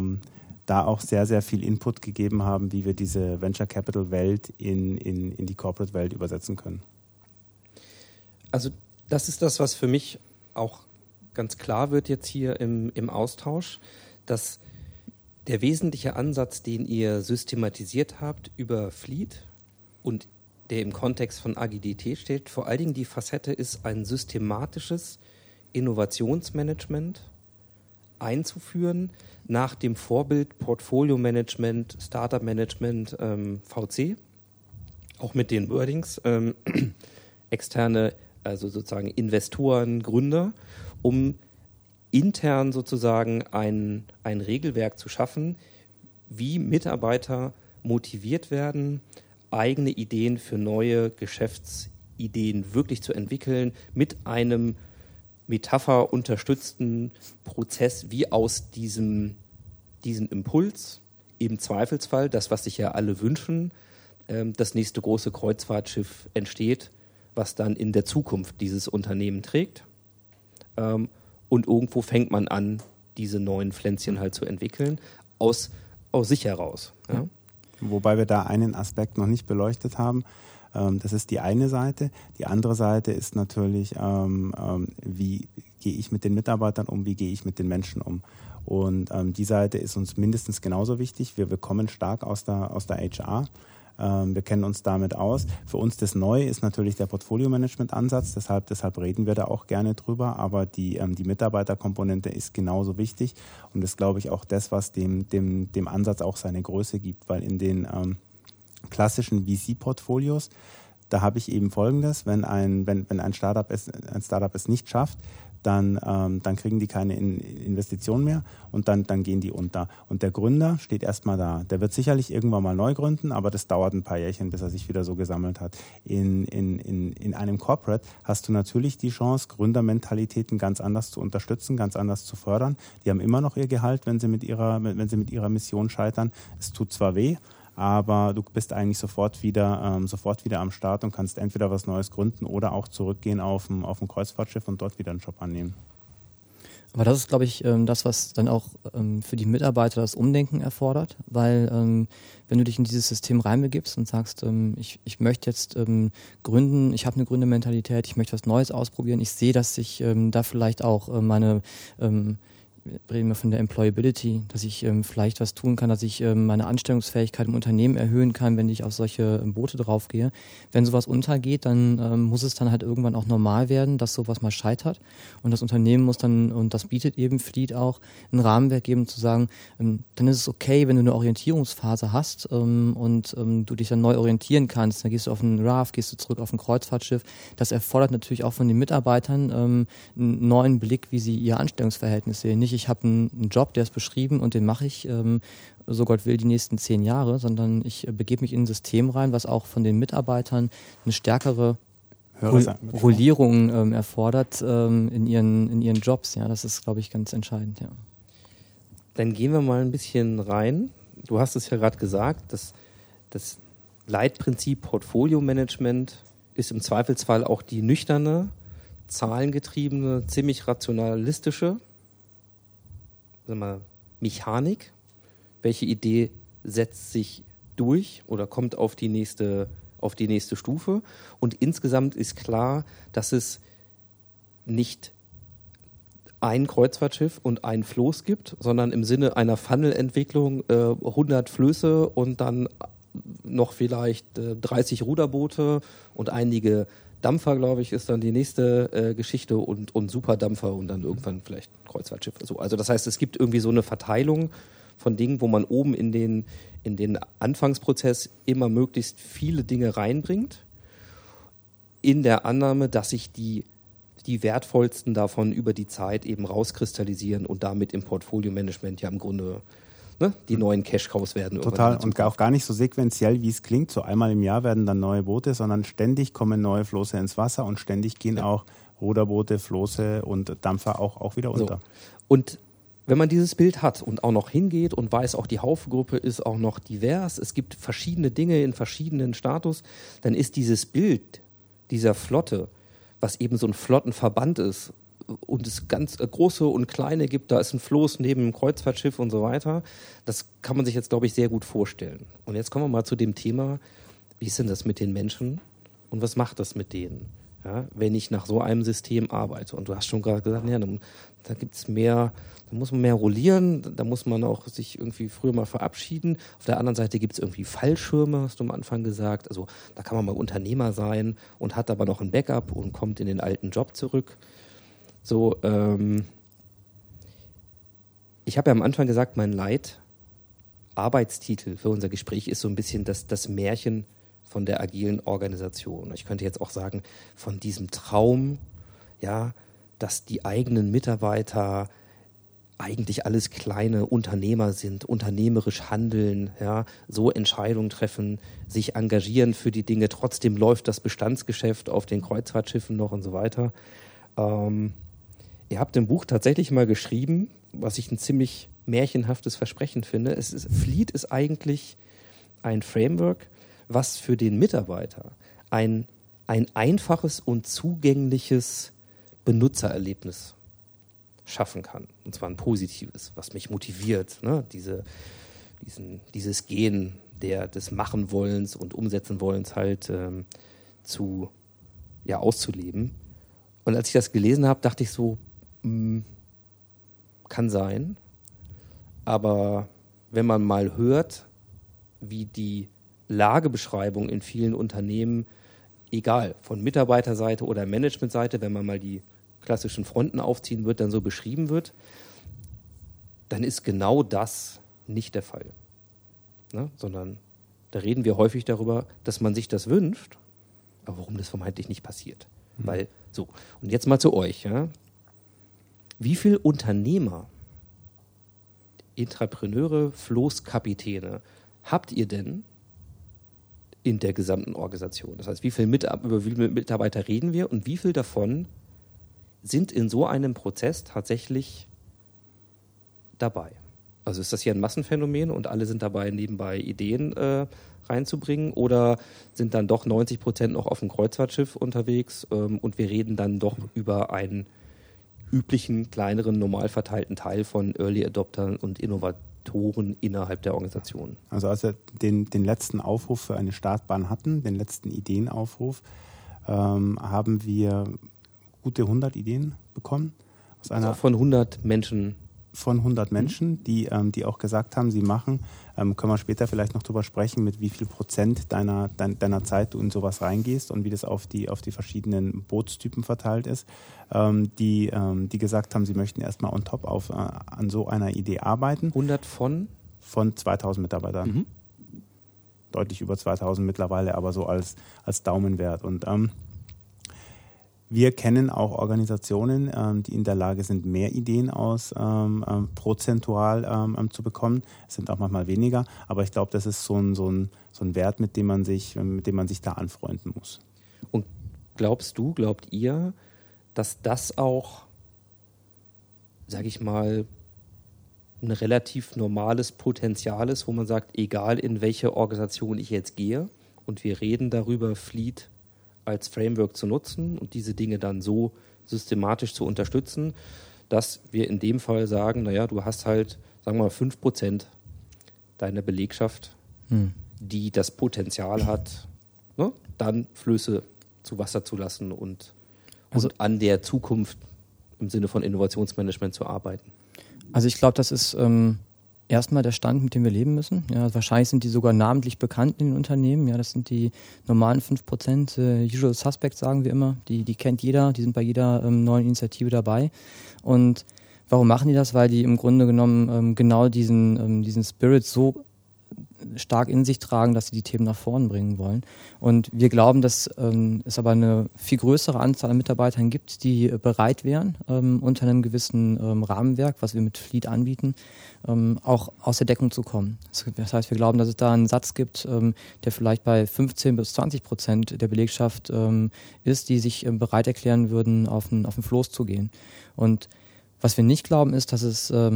da auch sehr, sehr viel Input gegeben haben, wie wir diese Venture Capital Welt in die Corporate Welt übersetzen können. Also das ist das, was für mich auch ganz klar wird jetzt hier im Austausch, dass Der wesentliche Ansatz, den ihr systematisiert habt über Fleet und der im Kontext von Agilität steht, vor allen Dingen die Facette ist, ein systematisches Innovationsmanagement einzuführen nach dem Vorbild Portfolio-Management, Startup-Management, VC, auch mit den Wordings, externe, also sozusagen Investoren, Gründer, um intern sozusagen ein Regelwerk zu schaffen, wie Mitarbeiter motiviert werden, eigene Ideen für neue Geschäftsideen wirklich zu entwickeln, mit einem metapherunterstützten Prozess, wie aus diesem Impuls, im Zweifelsfall, das, was sich ja alle wünschen, das nächste große Kreuzfahrtschiff entsteht, was dann in der Zukunft dieses Unternehmen trägt. Und irgendwo fängt man an, diese neuen Pflänzchen halt zu entwickeln, aus sich heraus. Ja? Wobei wir da einen Aspekt noch nicht beleuchtet haben. Das ist die eine Seite. Die andere Seite ist natürlich, wie gehe ich mit den Mitarbeitern um, wie gehe ich mit den Menschen um. Und die Seite ist uns mindestens genauso wichtig. Wir kommen stark aus der HR. Wir kennen uns damit aus. Für uns das Neue ist natürlich der Portfolio-Management-Ansatz, deshalb reden wir da auch gerne drüber, aber die Mitarbeiterkomponente ist genauso wichtig und ist, glaube ich, auch das, was dem Ansatz auch seine Größe gibt, weil in den klassischen VC-Portfolios, da habe ich eben Folgendes, wenn ein Startup es nicht schafft, dann kriegen die keine Investition mehr und dann gehen die unter. Und der Gründer steht erstmal da. Der wird sicherlich irgendwann mal neu gründen, aber das dauert ein paar Jährchen, bis er sich wieder so gesammelt hat. In einem Corporate hast du natürlich die Chance, Gründermentalitäten ganz anders zu unterstützen, ganz anders zu fördern. Die haben immer noch ihr Gehalt, wenn sie mit ihrer Mission scheitern. Es tut zwar weh, aber du bist eigentlich sofort wieder am Start und kannst entweder was Neues gründen oder auch zurückgehen auf ein Kreuzfahrtschiff und dort wieder einen Job annehmen. Aber das ist, glaube ich, das, was dann auch für die Mitarbeiter das Umdenken erfordert, weil wenn du dich in dieses System reinbegibst und sagst, ich möchte jetzt gründen, ich habe eine Gründermentalität, ich möchte was Neues ausprobieren, ich sehe, dass ich da vielleicht auch meine reden wir von der Employability, dass ich vielleicht was tun kann, dass ich meine Anstellungsfähigkeit im Unternehmen erhöhen kann, wenn ich auf solche Boote draufgehe. Wenn sowas untergeht, dann muss es dann halt irgendwann auch normal werden, dass sowas mal scheitert. Und das Unternehmen muss dann, und das bietet eben Fleet auch, ein Rahmenwerk geben, zu sagen, dann ist es okay, wenn du eine Orientierungsphase hast und du dich dann neu orientieren kannst. Dann gehst du auf einen Raft, gehst du zurück auf ein Kreuzfahrtschiff. Das erfordert natürlich auch von den Mitarbeitern einen neuen Blick, wie sie ihr Anstellungsverhältnis sehen. Nicht, ich habe einen Job, der ist beschrieben und den mache ich, so Gott will, die nächsten 10 Jahre, sondern ich begebe mich in ein System rein, was auch von den Mitarbeitern eine stärkere Rollierung erfordert in ihren Jobs. Ja, das ist, glaube ich, ganz entscheidend. Ja. Dann gehen wir mal ein bisschen rein. Du hast es ja gerade gesagt, das Leitprinzip Portfolio-Management ist im Zweifelsfall auch die nüchterne, zahlengetriebene, ziemlich rationalistische Mechanik. Welche Idee setzt sich durch oder kommt auf die nächste Stufe? Und insgesamt ist klar, dass es nicht ein Kreuzfahrtschiff und ein Floß gibt, sondern im Sinne einer Funnel-Entwicklung 100 Flöße und dann noch vielleicht 30 Ruderboote und einige Dampfer, glaube ich, ist dann die nächste Geschichte und Superdampfer und dann irgendwann vielleicht Kreuzfahrtschiffe. So. Also das heißt, es gibt irgendwie so eine Verteilung von Dingen, wo man oben in den Anfangsprozess immer möglichst viele Dinge reinbringt, in der Annahme, dass sich die wertvollsten davon über die Zeit eben rauskristallisieren und damit im Portfolio-Management ja im Grunde die neuen Cash-Cows werden. Total, und auch gar nicht so sequenziell, wie es klingt. So einmal im Jahr werden dann neue Boote, sondern ständig kommen neue Floße ins Wasser und ständig gehen auch Ruderboote, Floße und Dampfer auch wieder unter. So. Und wenn man dieses Bild hat und auch noch hingeht und weiß, auch die Haufengruppe ist auch noch divers, es gibt verschiedene Dinge in verschiedenen Status, dann ist dieses Bild dieser Flotte, was eben so ein Flottenverband ist, und es ganz große und kleine gibt, da ist ein Floß neben einem Kreuzfahrtschiff und so weiter. Das kann man sich jetzt, glaube ich, sehr gut vorstellen. Und jetzt kommen wir mal zu dem Thema, wie ist denn das mit den Menschen und was macht das mit denen? ja, wenn ich nach so einem System arbeite. Und du hast schon gerade gesagt, ja, da gibt's mehr, da muss man mehr rollieren, da muss man auch sich irgendwie früher mal verabschieden. Auf der anderen Seite gibt es irgendwie Fallschirme, hast du am Anfang gesagt. Also da kann man mal Unternehmer sein und hat aber noch ein Backup und kommt in den alten Job zurück. So, ich habe ja am Anfang gesagt, mein Leitarbeitstitel für unser Gespräch ist so ein bisschen das Märchen von der agilen Organisation. Ich könnte jetzt auch sagen, von diesem Traum, ja, dass die eigenen Mitarbeiter eigentlich alles kleine Unternehmer sind, unternehmerisch handeln, ja, so Entscheidungen treffen, sich engagieren für die Dinge. Trotzdem läuft das Bestandsgeschäft auf den Kreuzfahrtschiffen noch und so weiter. Ihr habt im Buch tatsächlich mal geschrieben, was ich ein ziemlich märchenhaftes Versprechen finde. Fleet ist eigentlich ein Framework, was für den Mitarbeiter ein einfaches und zugängliches Benutzererlebnis schaffen kann. Und zwar ein positives, was mich motiviert, ne? Dieses Gen des Machen-Wollens und Umsetzen-Wollens halt auszuleben. Und als ich das gelesen habe, dachte ich so, kann sein. Aber wenn man mal hört, wie die Lagebeschreibung in vielen Unternehmen, egal, von Mitarbeiterseite oder Managementseite, wenn man mal die klassischen Fronten aufziehen wird, dann so beschrieben wird, dann ist genau das nicht der Fall. Ne? Sondern da reden wir häufig darüber, dass man sich das wünscht, aber warum das vermeintlich nicht passiert. Weil, so, und jetzt mal zu euch. Ja? Wie viele Unternehmer, Intrapreneure, Floßkapitäne habt ihr denn in der gesamten Organisation? Das heißt, über wie viele Mitarbeiter reden wir und wie viel davon sind in so einem Prozess tatsächlich dabei? Also ist das hier ein Massenphänomen und alle sind dabei, nebenbei Ideen reinzubringen, oder sind dann doch 90% noch auf dem Kreuzfahrtschiff unterwegs und wir reden dann doch über einen üblichen, kleineren, normal verteilten Teil von Early Adoptern und Innovatoren innerhalb der Organisation? Also als wir den letzten Aufruf für eine Startbahn hatten, den letzten Ideenaufruf, haben wir gute 100 Ideen bekommen. Also von 100 Menschen? Von 100 Menschen, die auch gesagt haben, sie machen, können wir später vielleicht noch drüber sprechen, mit wie viel Prozent deiner Zeit du in sowas reingehst und wie das auf die verschiedenen Bootstypen verteilt ist, die gesagt haben, sie möchten erstmal on top an so einer Idee arbeiten. 100 von? Von 2000 Mitarbeitern. Deutlich über 2000 mittlerweile, aber so als Daumenwert. Und wir kennen auch Organisationen, die in der Lage sind, mehr Ideen prozentual zu bekommen. Es sind auch manchmal weniger, aber ich glaube, das ist so ein Wert, mit dem man sich da anfreunden muss. Und glaubt ihr, dass das auch, sage ich mal, ein relativ normales Potenzial ist, wo man sagt, egal in welche Organisation ich jetzt gehe und wir reden darüber, Fleet als Framework zu nutzen und diese Dinge dann so systematisch zu unterstützen, dass wir in dem Fall sagen, naja, du hast halt, sagen wir mal, 5% deiner Belegschaft, die das Potenzial hat, ne, dann Flöße zu Wasser zu lassen und an der Zukunft im Sinne von Innovationsmanagement zu arbeiten. Also ich glaube, das ist erstmal der Stand, mit dem wir leben müssen. Ja, wahrscheinlich sind die sogar namentlich bekannt in den Unternehmen. Ja, das sind die normalen 5%, Usual Suspects, sagen wir immer. Die kennt jeder, die sind bei jeder neuen Initiative dabei. Und warum machen die das? Weil die im Grunde genommen genau diesen Spirit so stark in sich tragen, dass sie die Themen nach vorn bringen wollen. Und wir glauben, dass es aber eine viel größere Anzahl an Mitarbeitern gibt, die bereit wären, unter einem gewissen Rahmenwerk, was wir mit Fleet anbieten, auch aus der Deckung zu kommen. Das heißt, wir glauben, dass es da einen Satz gibt, der vielleicht bei 15-20% der Belegschaft ist, die sich bereit erklären würden, auf den Floß zu gehen. Und was wir nicht glauben, ist, dass es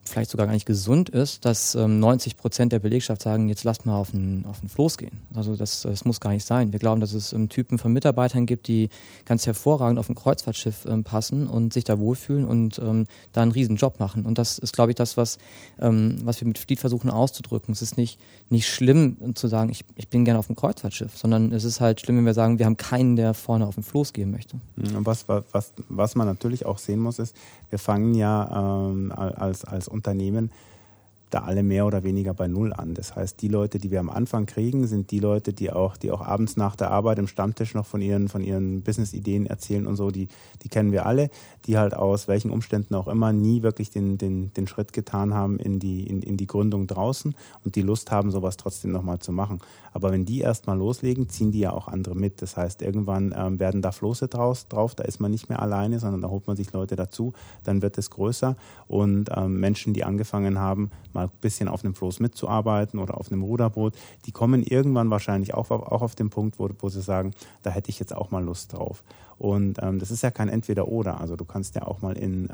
vielleicht sogar gar nicht gesund ist, dass 90% der Belegschaft sagen, jetzt lasst mal auf einen Floß gehen. Also das muss gar nicht sein. Wir glauben, dass es Typen von Mitarbeitern gibt, die ganz hervorragend auf ein Kreuzfahrtschiff passen und sich da wohlfühlen und da einen riesen Job machen. Und das ist, glaube ich, das, was wir mit Fleet versuchen auszudrücken. Es ist nicht schlimm zu sagen, ich bin gerne auf dem Kreuzfahrtschiff, sondern es ist halt schlimm, wenn wir sagen, wir haben keinen, der vorne auf den Floß gehen möchte. Und was man natürlich auch sehen muss, ist, wir fangen ja als Unternehmen da alle mehr oder weniger bei Null an. Das heißt, die Leute, die wir am Anfang kriegen, sind die Leute, die auch abends nach der Arbeit im Stammtisch noch von ihren Business-Ideen erzählen und so, die kennen wir alle, die halt aus welchen Umständen auch immer nie wirklich den Schritt getan haben in die Gründung draußen und die Lust haben, sowas trotzdem nochmal zu machen. Aber wenn die erstmal loslegen, ziehen die ja auch andere mit. Das heißt, irgendwann werden da Floße drauf, da ist man nicht mehr alleine, sondern da holt man sich Leute dazu, dann wird es größer und Menschen, die angefangen haben, mal ein bisschen auf einem Floß mitzuarbeiten oder auf einem Ruderboot, die kommen irgendwann wahrscheinlich auch auf den Punkt, wo sie sagen, da hätte ich jetzt auch mal Lust drauf. Und das ist ja kein Entweder-Oder. Also du kannst ja auch mal in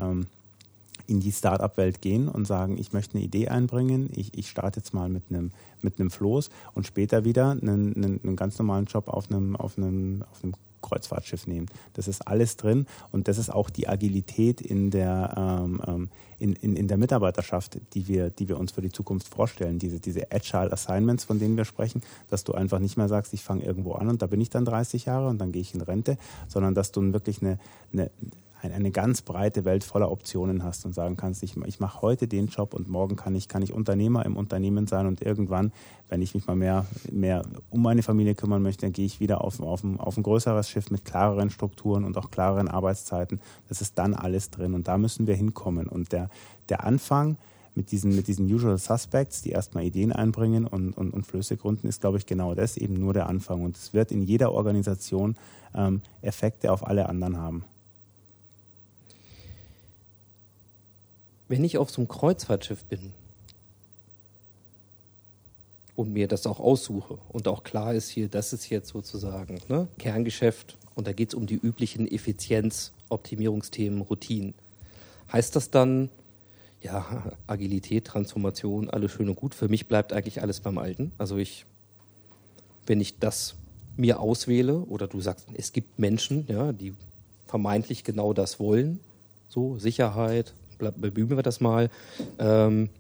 die Start-up-Welt gehen und sagen, ich möchte eine Idee einbringen, ich starte jetzt mal mit einem Floß und später wieder einen ganz normalen Job auf einem Kreuzfahrtschiff nehmen. Das ist alles drin und das ist auch die Agilität in der Mitarbeiterschaft, die wir uns für die Zukunft vorstellen. Diese Agile Assignments, von denen wir sprechen, dass du einfach nicht mehr sagst, ich fange irgendwo an und da bin ich dann 30 Jahre und dann gehe ich in Rente, sondern dass du wirklich eine ganz breite Welt voller Optionen hast und sagen kannst, ich mache heute den Job und morgen kann ich Unternehmer im Unternehmen sein und irgendwann, wenn ich mich mal mehr um meine Familie kümmern möchte, dann gehe ich wieder auf ein größeres Schiff mit klareren Strukturen und auch klareren Arbeitszeiten. Das ist dann alles drin und da müssen wir hinkommen. Und der Anfang mit diesen Usual Suspects, die erstmal Ideen einbringen und Flöße gründen, ist, glaube ich, genau das, eben nur der Anfang. Und es wird in jeder Organisation Effekte auf alle anderen haben. Wenn ich auf so einem Kreuzfahrtschiff bin und mir das auch aussuche und auch klar ist hier, das ist jetzt sozusagen Kerngeschäft und da geht es um die üblichen Effizienz-Optimierungsthemen, Routinen. Heißt das dann, ja, Agilität, Transformation, alles schön und gut, für mich bleibt eigentlich alles beim Alten? Also wenn ich das mir auswähle oder du sagst, es gibt Menschen, ja, die vermeintlich genau das wollen, so Sicherheit, bemühen wir das mal, dann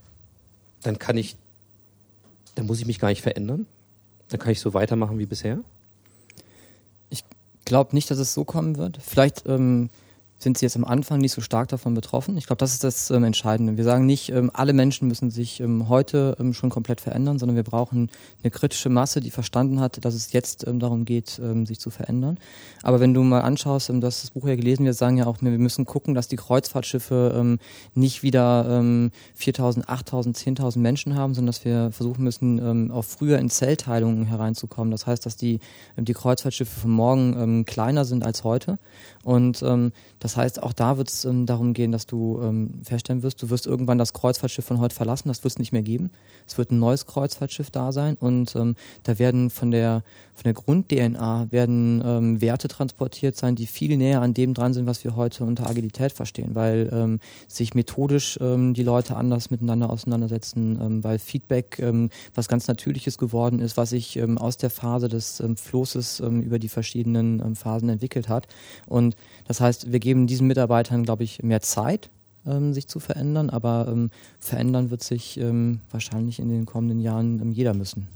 muss ich mich gar nicht verändern. Dann kann ich so weitermachen wie bisher. Ich glaube nicht, dass es so kommen wird. Vielleicht sind sie jetzt am Anfang nicht so stark davon betroffen. Ich glaube, das ist das Entscheidende. Wir sagen nicht, alle Menschen müssen sich heute schon komplett verändern, sondern wir brauchen eine kritische Masse, die verstanden hat, dass es jetzt darum geht, sich zu verändern. Aber wenn du mal anschaust, du hast das Buch ja gelesen, wir sagen ja auch, wir müssen gucken, dass die Kreuzfahrtschiffe nicht wieder 4.000, 8.000, 10.000 Menschen haben, sondern dass wir versuchen müssen, auch früher in Zellteilungen hereinzukommen. Das heißt, dass die Kreuzfahrtschiffe von morgen kleiner sind als heute. Und das heißt, auch da wird es darum gehen, dass du feststellen wirst, du wirst irgendwann das Kreuzfahrtschiff von heute verlassen, das wird es nicht mehr geben. Es wird ein neues Kreuzfahrtschiff da sein und da werden von der Grund-DNA werden Werte transportiert sein, die viel näher an dem dran sind, was wir heute unter Agilität verstehen, weil sich methodisch die Leute anders miteinander auseinandersetzen, weil Feedback was ganz Natürliches geworden ist, was sich aus der Phase des Floßes über die verschiedenen Phasen entwickelt hat. Und das heißt, wir geben diesen Mitarbeitern, glaube ich, mehr Zeit, sich zu verändern, aber verändern wird sich wahrscheinlich in den kommenden Jahren jeder müssen.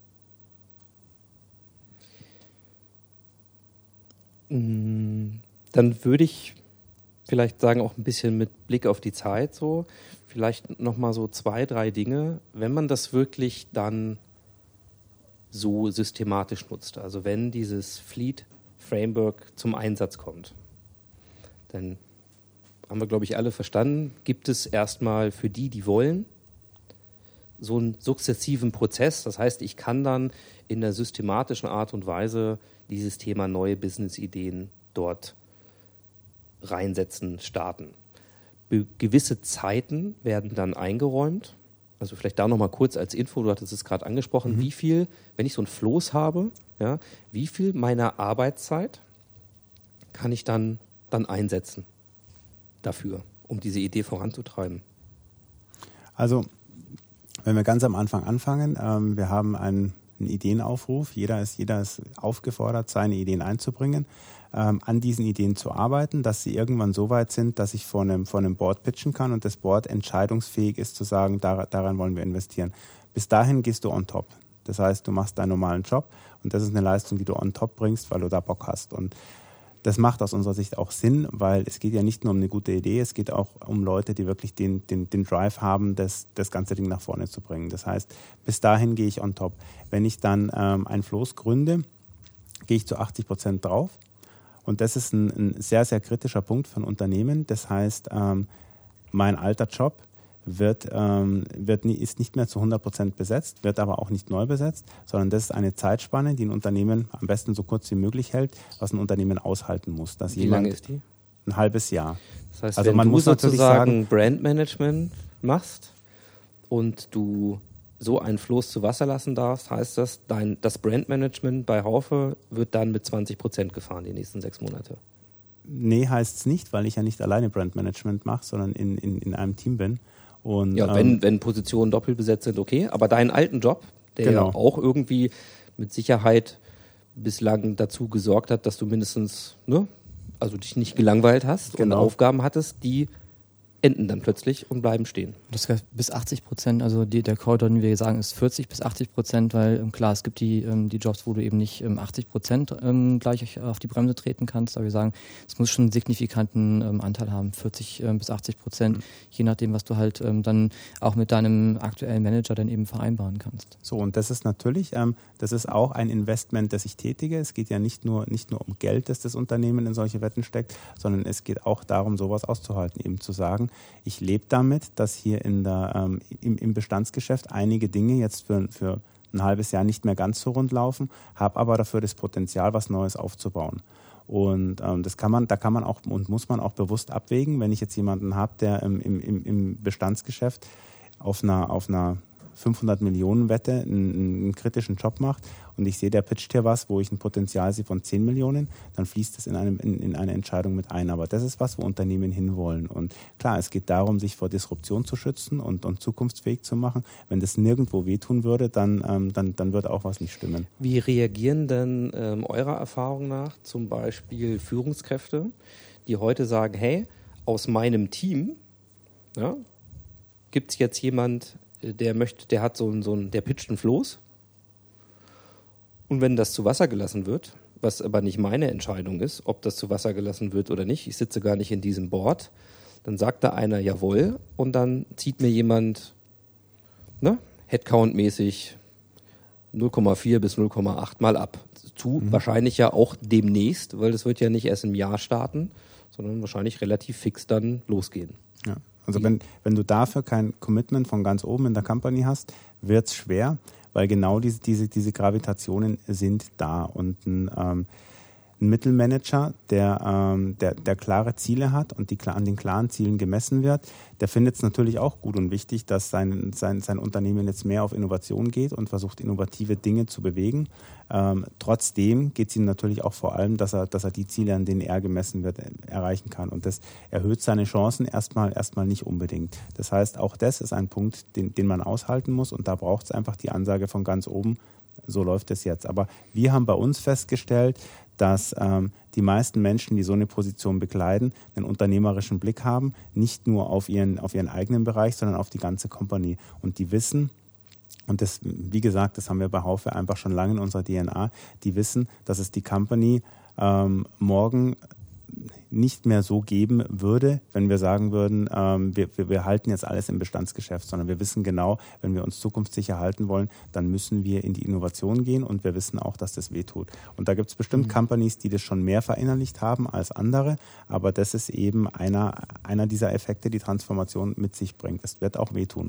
Dann würde ich vielleicht sagen, auch ein bisschen mit Blick auf die Zeit so, vielleicht nochmal so 2, 3 Dinge, wenn man das wirklich dann so systematisch nutzt, also wenn dieses Fleet Framework zum Einsatz kommt, dann haben wir, glaube ich, alle verstanden, gibt es erstmal für die wollen, so einen sukzessiven Prozess. Das heißt, ich kann dann in der systematischen Art und Weise dieses Thema neue Business-Ideen dort reinsetzen, starten. Gewisse Zeiten werden dann eingeräumt. Also vielleicht da nochmal kurz als Info, du hattest es gerade angesprochen, wie viel, wenn ich so ein Floß habe, ja, wie viel meiner Arbeitszeit kann ich dann einsetzen dafür, um diese Idee voranzutreiben? Also, wenn wir ganz am Anfang anfangen, wir haben einen Ideenaufruf. Jeder ist aufgefordert, seine Ideen einzubringen, an diesen Ideen zu arbeiten, dass sie irgendwann so weit sind, dass ich vor einem Board pitchen kann und das Board entscheidungsfähig ist, zu sagen, daran wollen wir investieren. Bis dahin gehst du on top. Das heißt, du machst deinen normalen Job und das ist eine Leistung, die du on top bringst, weil du da Bock hast. Und das macht aus unserer Sicht auch Sinn, weil es geht ja nicht nur um eine gute Idee, es geht auch um Leute, die wirklich den Drive haben, das ganze Ding nach vorne zu bringen. Das heißt, bis dahin gehe ich on top. Wenn ich dann ein Floß gründe, gehe ich zu 80% drauf. Und das ist ein sehr, sehr kritischer Punkt für ein Unternehmen. Das heißt, mein alter Job ist nicht mehr zu 100% besetzt, wird aber auch nicht neu besetzt, sondern das ist eine Zeitspanne, die ein Unternehmen am besten so kurz wie möglich hält, was ein Unternehmen aushalten muss. Wie lange ist die? Ein halbes Jahr. Das heißt, also wenn man du muss natürlich sozusagen Brandmanagement machst und du so einen Floß zu Wasser lassen darfst, heißt das, das Brandmanagement bei Haufe wird dann mit 20% gefahren die nächsten 6 Monate. Nee, heißt es nicht, weil ich ja nicht alleine Brandmanagement mache, sondern in einem Team bin. Und, ja, wenn Positionen doppelt besetzt sind, okay. Aber deinen alten Job, der ja auch irgendwie mit Sicherheit bislang dazu gesorgt hat, dass du mindestens, also dich nicht gelangweilt hast und Aufgaben hattest, die enden dann plötzlich und bleiben stehen. Das heißt bis 80%, also der Korridor, den wir sagen, ist 40-80%, weil klar, es gibt die Jobs, wo du eben nicht 80% gleich auf die Bremse treten kannst, aber wir sagen, es muss schon einen signifikanten Anteil haben, 40-80%, je nachdem, was du halt dann auch mit deinem aktuellen Manager dann eben vereinbaren kannst. So, und das ist natürlich, das ist auch ein Investment, das ich tätige. Es geht ja nicht nur um Geld, das Unternehmen in solche Wetten steckt, sondern es geht auch darum, sowas auszuhalten, eben zu sagen, ich lebe damit, dass hier im Bestandsgeschäft einige Dinge jetzt für ein halbes Jahr nicht mehr ganz so rund laufen, habe aber dafür das Potenzial, was Neues aufzubauen. Und da kann man auch und muss man auch bewusst abwägen, wenn ich jetzt jemanden habe, der im Bestandsgeschäft auf einer 500 Millionen Wette einen kritischen Job macht und ich sehe, der pitcht hier was, wo ich ein Potenzial sehe von 10 Millionen, dann fließt das in eine Entscheidung mit ein. Aber das ist was, wo Unternehmen hinwollen. Und klar, es geht darum, sich vor Disruption zu schützen und zukunftsfähig zu machen. Wenn das nirgendwo wehtun würde, dann würde auch was nicht stimmen. Wie reagieren denn eurer Erfahrung nach zum Beispiel Führungskräfte, die heute sagen, hey, aus meinem Team gibt es jetzt jemand, der pitcht einen Floß und wenn das zu Wasser gelassen wird, was aber nicht meine Entscheidung ist, ob das zu Wasser gelassen wird oder nicht, ich sitze gar nicht in diesem Board, dann sagt da einer jawohl und dann zieht mir jemand Headcount-mäßig 0,4 bis 0,8 mal ab. Wahrscheinlich ja auch demnächst, weil das wird ja nicht erst im Jahr starten, sondern wahrscheinlich relativ fix dann losgehen. Ja. Also wenn du dafür kein Commitment von ganz oben in der Company hast, wird es schwer, weil genau diese Gravitationen sind da. Und ein Mittelmanager, der klare Ziele hat und an den klaren Zielen gemessen wird, der findet es natürlich auch gut und wichtig, dass sein Unternehmen jetzt mehr auf Innovation geht und versucht, innovative Dinge zu bewegen. Trotzdem geht es ihm natürlich auch vor allem, dass er die Ziele, an denen er gemessen wird, erreichen kann. Und das erhöht seine Chancen erstmal nicht unbedingt. Das heißt, auch das ist ein Punkt, den man aushalten muss. Und da braucht es einfach die Ansage von ganz oben, so läuft es jetzt. Aber wir haben bei uns festgestellt, dass die meisten Menschen, die so eine Position bekleiden, einen unternehmerischen Blick haben, nicht nur auf ihren eigenen Bereich, sondern auf die ganze Company. Und die wissen, und das, wie gesagt, das haben wir bei Haufe einfach schon lange in unserer DNA, die wissen, dass es die Company morgen nicht mehr so geben würde, wenn wir sagen würden, wir halten jetzt alles im Bestandsgeschäft, sondern wir wissen genau, wenn wir uns zukunftssicher halten wollen, dann müssen wir in die Innovation gehen und wir wissen auch, dass das wehtut. Und da gibt es bestimmt Companies, die das schon mehr verinnerlicht haben als andere, aber das ist eben einer dieser Effekte, die Transformation mit sich bringt. Es wird auch wehtun.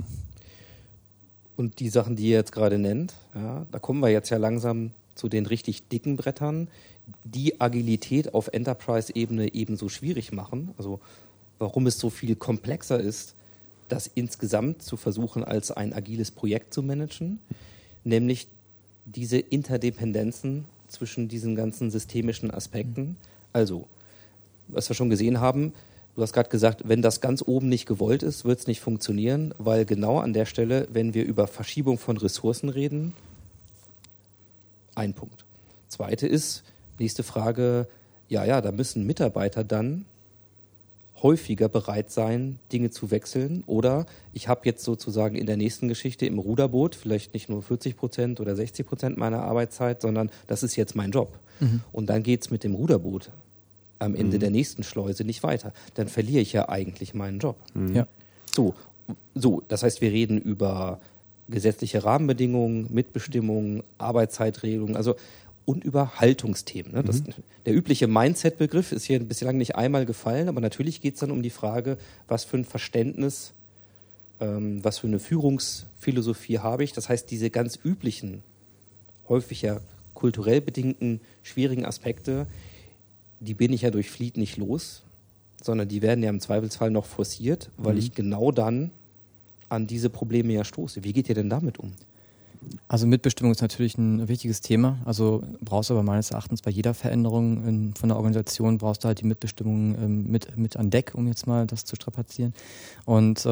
Und die Sachen, die ihr jetzt gerade nennt, da kommen wir jetzt ja langsam zu den richtig dicken Brettern, die Agilität auf Enterprise-Ebene ebenso schwierig machen. Also warum es so viel komplexer ist, das insgesamt zu versuchen, als ein agiles Projekt zu managen, nämlich diese Interdependenzen zwischen diesen ganzen systemischen Aspekten. Also, was wir schon gesehen haben, Du hast gerade gesagt, wenn das ganz oben nicht gewollt ist, wird es nicht funktionieren, weil genau an der Stelle, wenn wir über Verschiebung von Ressourcen reden, ein Punkt. Zweite ist, nächste Frage, da müssen Mitarbeiter dann häufiger bereit sein, Dinge zu wechseln. Oder ich habe jetzt sozusagen in der nächsten Geschichte im Ruderboot vielleicht nicht nur 40% oder 60% meiner Arbeitszeit, sondern das ist jetzt mein Job. Und dann geht es mit dem Ruderboot am Ende der nächsten Schleuse nicht weiter. Dann verliere ich ja eigentlich meinen Job. Ja. So, das heißt, wir reden über gesetzliche Rahmenbedingungen, Mitbestimmung, Arbeitszeitregelungen, und über Haltungsthemen. Ne? Der übliche Mindset-Begriff ist hier bislang nicht einmal gefallen, aber natürlich geht es dann um die Frage, was für ein Verständnis, was für eine Führungsphilosophie habe ich. Das heißt, diese ganz üblichen, häufig ja kulturell bedingten, schwierigen Aspekte, die bin ich ja durch Fleet nicht los, sondern die werden ja im Zweifelsfall noch forciert, weil ich genau dann an diese Probleme ja stoße. Wie geht ihr denn damit um? Also Mitbestimmung ist natürlich ein wichtiges Thema. Also brauchst du aber meines Erachtens bei jeder Veränderung von der Organisation brauchst du halt die Mitbestimmung mit an Deck, um jetzt mal das zu strapazieren. Und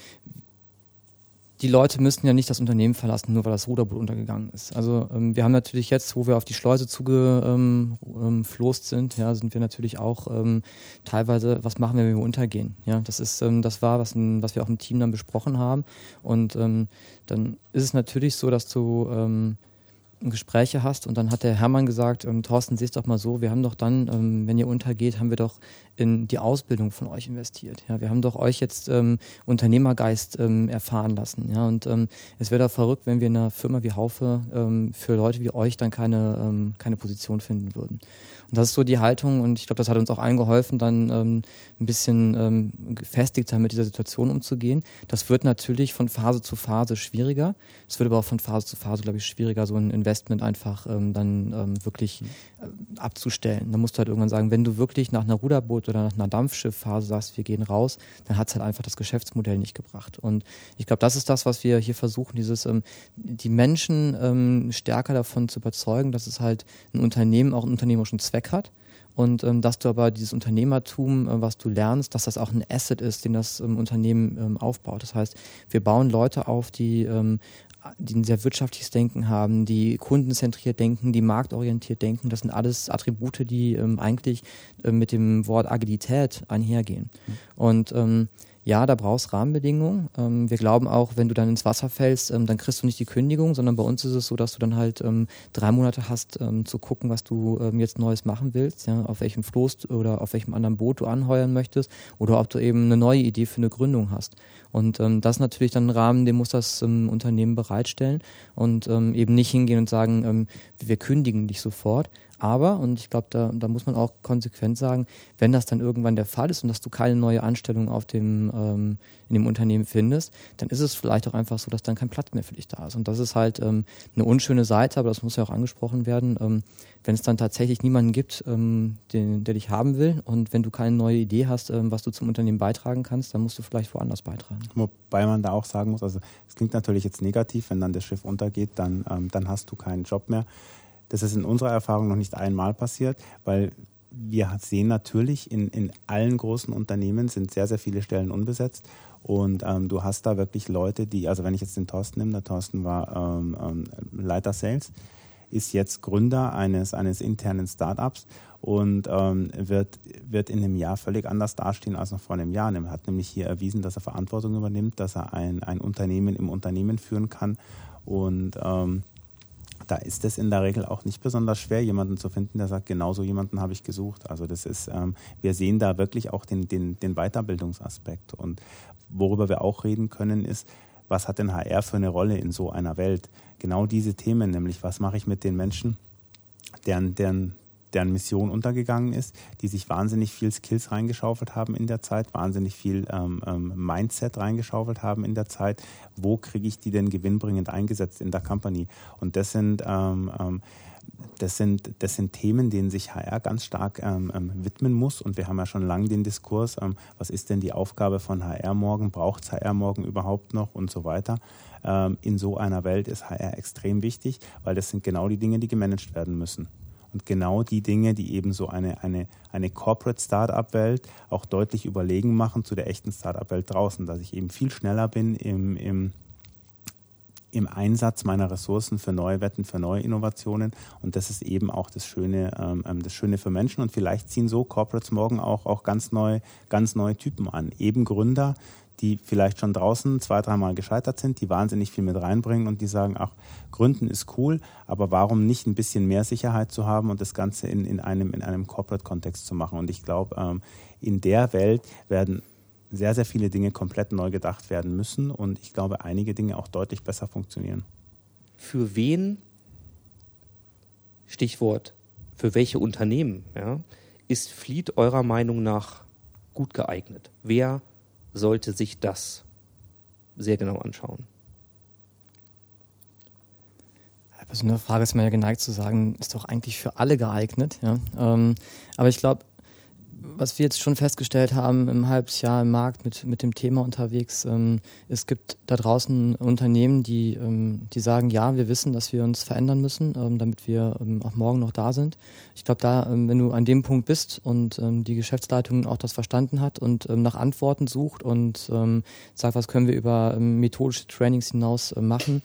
die Leute müssen ja nicht das Unternehmen verlassen, nur weil das Ruderboot untergegangen ist. Also wir haben natürlich jetzt, wo wir auf die Schleuse zugefloßt sind, sind wir natürlich auch teilweise, was machen wir, wenn wir untergehen? Ja, das ist das war, was wir auch im Team dann besprochen haben. Und dann ist es natürlich so, dass du Gespräche hast und dann hat der Hermann gesagt, Thorsten, sieh's doch mal so, wir haben doch dann, wenn ihr untergeht, haben wir doch in die Ausbildung von euch investiert. Ja, wir haben doch euch jetzt Unternehmergeist erfahren lassen. Ja, und es wäre doch verrückt, wenn wir in einer Firma wie Haufe für Leute wie euch dann keine Position finden würden. Und das ist so die Haltung und ich glaube, das hat uns auch allen geholfen, dann ein bisschen gefestigter mit dieser Situation umzugehen. Das wird natürlich von Phase zu Phase schwieriger. Es wird aber auch von Phase zu Phase, glaube ich, schwieriger, so ein Investment einfach dann wirklich abzustellen. Da musst du halt irgendwann sagen, wenn du wirklich nach einer Ruderboot- oder nach einer Dampfschiffphase sagst, wir gehen raus, dann hat es halt einfach das Geschäftsmodell nicht gebracht. Und ich glaube, das ist das, was wir hier versuchen, die Menschen stärker davon zu überzeugen, dass es halt ein Unternehmen auch einen unternehmerischen Zweck hat. Und dass du aber dieses Unternehmertum, was du lernst, dass das auch ein Asset ist, den das Unternehmen aufbaut. Das heißt, wir bauen Leute auf, die ein sehr wirtschaftliches Denken haben, die kundenzentriert denken, die marktorientiert denken. Das sind alles Attribute, die eigentlich mit dem Wort Agilität einhergehen. Und ja, da brauchst du Rahmenbedingungen. Wir glauben auch, wenn du dann ins Wasser fällst, dann kriegst du nicht die Kündigung, sondern bei uns ist es so, dass du dann halt 3 Monate hast, zu gucken, was du jetzt Neues machen willst, ja, auf welchem Floß oder auf welchem anderen Boot du anheuern möchtest oder ob du eben eine neue Idee für eine Gründung hast. Und das ist natürlich dann ein Rahmen, den muss das Unternehmen bereitstellen und eben nicht hingehen und sagen, wir kündigen dich sofort. Aber, und ich glaube, da muss man auch konsequent sagen, wenn das dann irgendwann der Fall ist und dass du keine neue Anstellung in dem Unternehmen findest, dann ist es vielleicht auch einfach so, dass dann kein Platz mehr für dich da ist. Und das ist halt eine unschöne Seite, aber das muss ja auch angesprochen werden. Wenn es dann tatsächlich niemanden gibt, der dich haben will und wenn du keine neue Idee hast, was du zum Unternehmen beitragen kannst, dann musst du vielleicht woanders beitragen. Wobei man da auch sagen muss, also es klingt natürlich jetzt negativ, wenn dann das Schiff untergeht, dann hast du keinen Job mehr. Das ist in unserer Erfahrung noch nicht einmal passiert, weil wir sehen natürlich, in allen großen Unternehmen sind sehr, sehr viele Stellen unbesetzt und du hast da wirklich Leute, also wenn ich jetzt den Thorsten nehme, der Thorsten war Leiter Sales, ist jetzt Gründer eines internen Startups und wird in einem Jahr völlig anders dastehen als noch vor einem Jahr. Er hat nämlich hier erwiesen, dass er Verantwortung übernimmt, dass er ein Unternehmen im Unternehmen führen kann und da ist es in der Regel auch nicht besonders schwer, jemanden zu finden, der sagt, genau so jemanden habe ich gesucht. Also das ist, wir sehen da wirklich auch den Weiterbildungsaspekt. Und worüber wir auch reden können, ist, was hat denn HR für eine Rolle in so einer Welt? Genau diese Themen, nämlich was mache ich mit den Menschen, deren Mission untergegangen ist, die sich wahnsinnig viel Skills reingeschaufelt haben in der Zeit, wahnsinnig viel Mindset reingeschaufelt haben in der Zeit. Wo kriege ich die denn gewinnbringend eingesetzt in der Company? Und das sind Themen, denen sich HR ganz stark widmen muss. Und wir haben ja schon lange den Diskurs, was ist denn die Aufgabe von HR morgen? Braucht es HR morgen überhaupt noch? Und so weiter. In so einer Welt ist HR extrem wichtig, weil das sind genau die Dinge, die gemanagt werden müssen. Und genau die Dinge, die eben so eine Corporate Startup-Welt auch deutlich überlegen machen zu der echten Startup-Welt draußen, dass ich eben viel schneller bin im Einsatz meiner Ressourcen für neue Wetten, für neue Innovationen. Und das ist eben auch das Schöne für Menschen. Und vielleicht ziehen so Corporates morgen auch ganz neue Typen an. Eben Gründer, die vielleicht schon draußen 2-3 Mal gescheitert sind, die wahnsinnig viel mit reinbringen und die sagen, ach, Gründen ist cool, aber warum nicht ein bisschen mehr Sicherheit zu haben und das Ganze in einem Corporate-Kontext zu machen. Und ich glaube, in der Welt werden sehr, sehr viele Dinge komplett neu gedacht werden müssen und ich glaube, einige Dinge auch deutlich besser funktionieren. Für wen, Stichwort, für welche Unternehmen, ja, ist Fleet eurer Meinung nach gut geeignet? Wer sollte sich das sehr genau anschauen? Bei so einer Frage ist man ja geneigt zu sagen, ist doch eigentlich für alle geeignet. Ja? Aber ich glaube, was wir jetzt schon festgestellt haben im halbes Jahr im Markt mit dem Thema unterwegs, es gibt da draußen Unternehmen, die sagen, ja, wir wissen, dass wir uns verändern müssen, damit wir auch morgen noch da sind. Ich glaube, da, wenn du an dem Punkt bist und die Geschäftsleitung auch das verstanden hat und nach Antworten sucht und sagt, was können wir über methodische Trainings hinaus machen,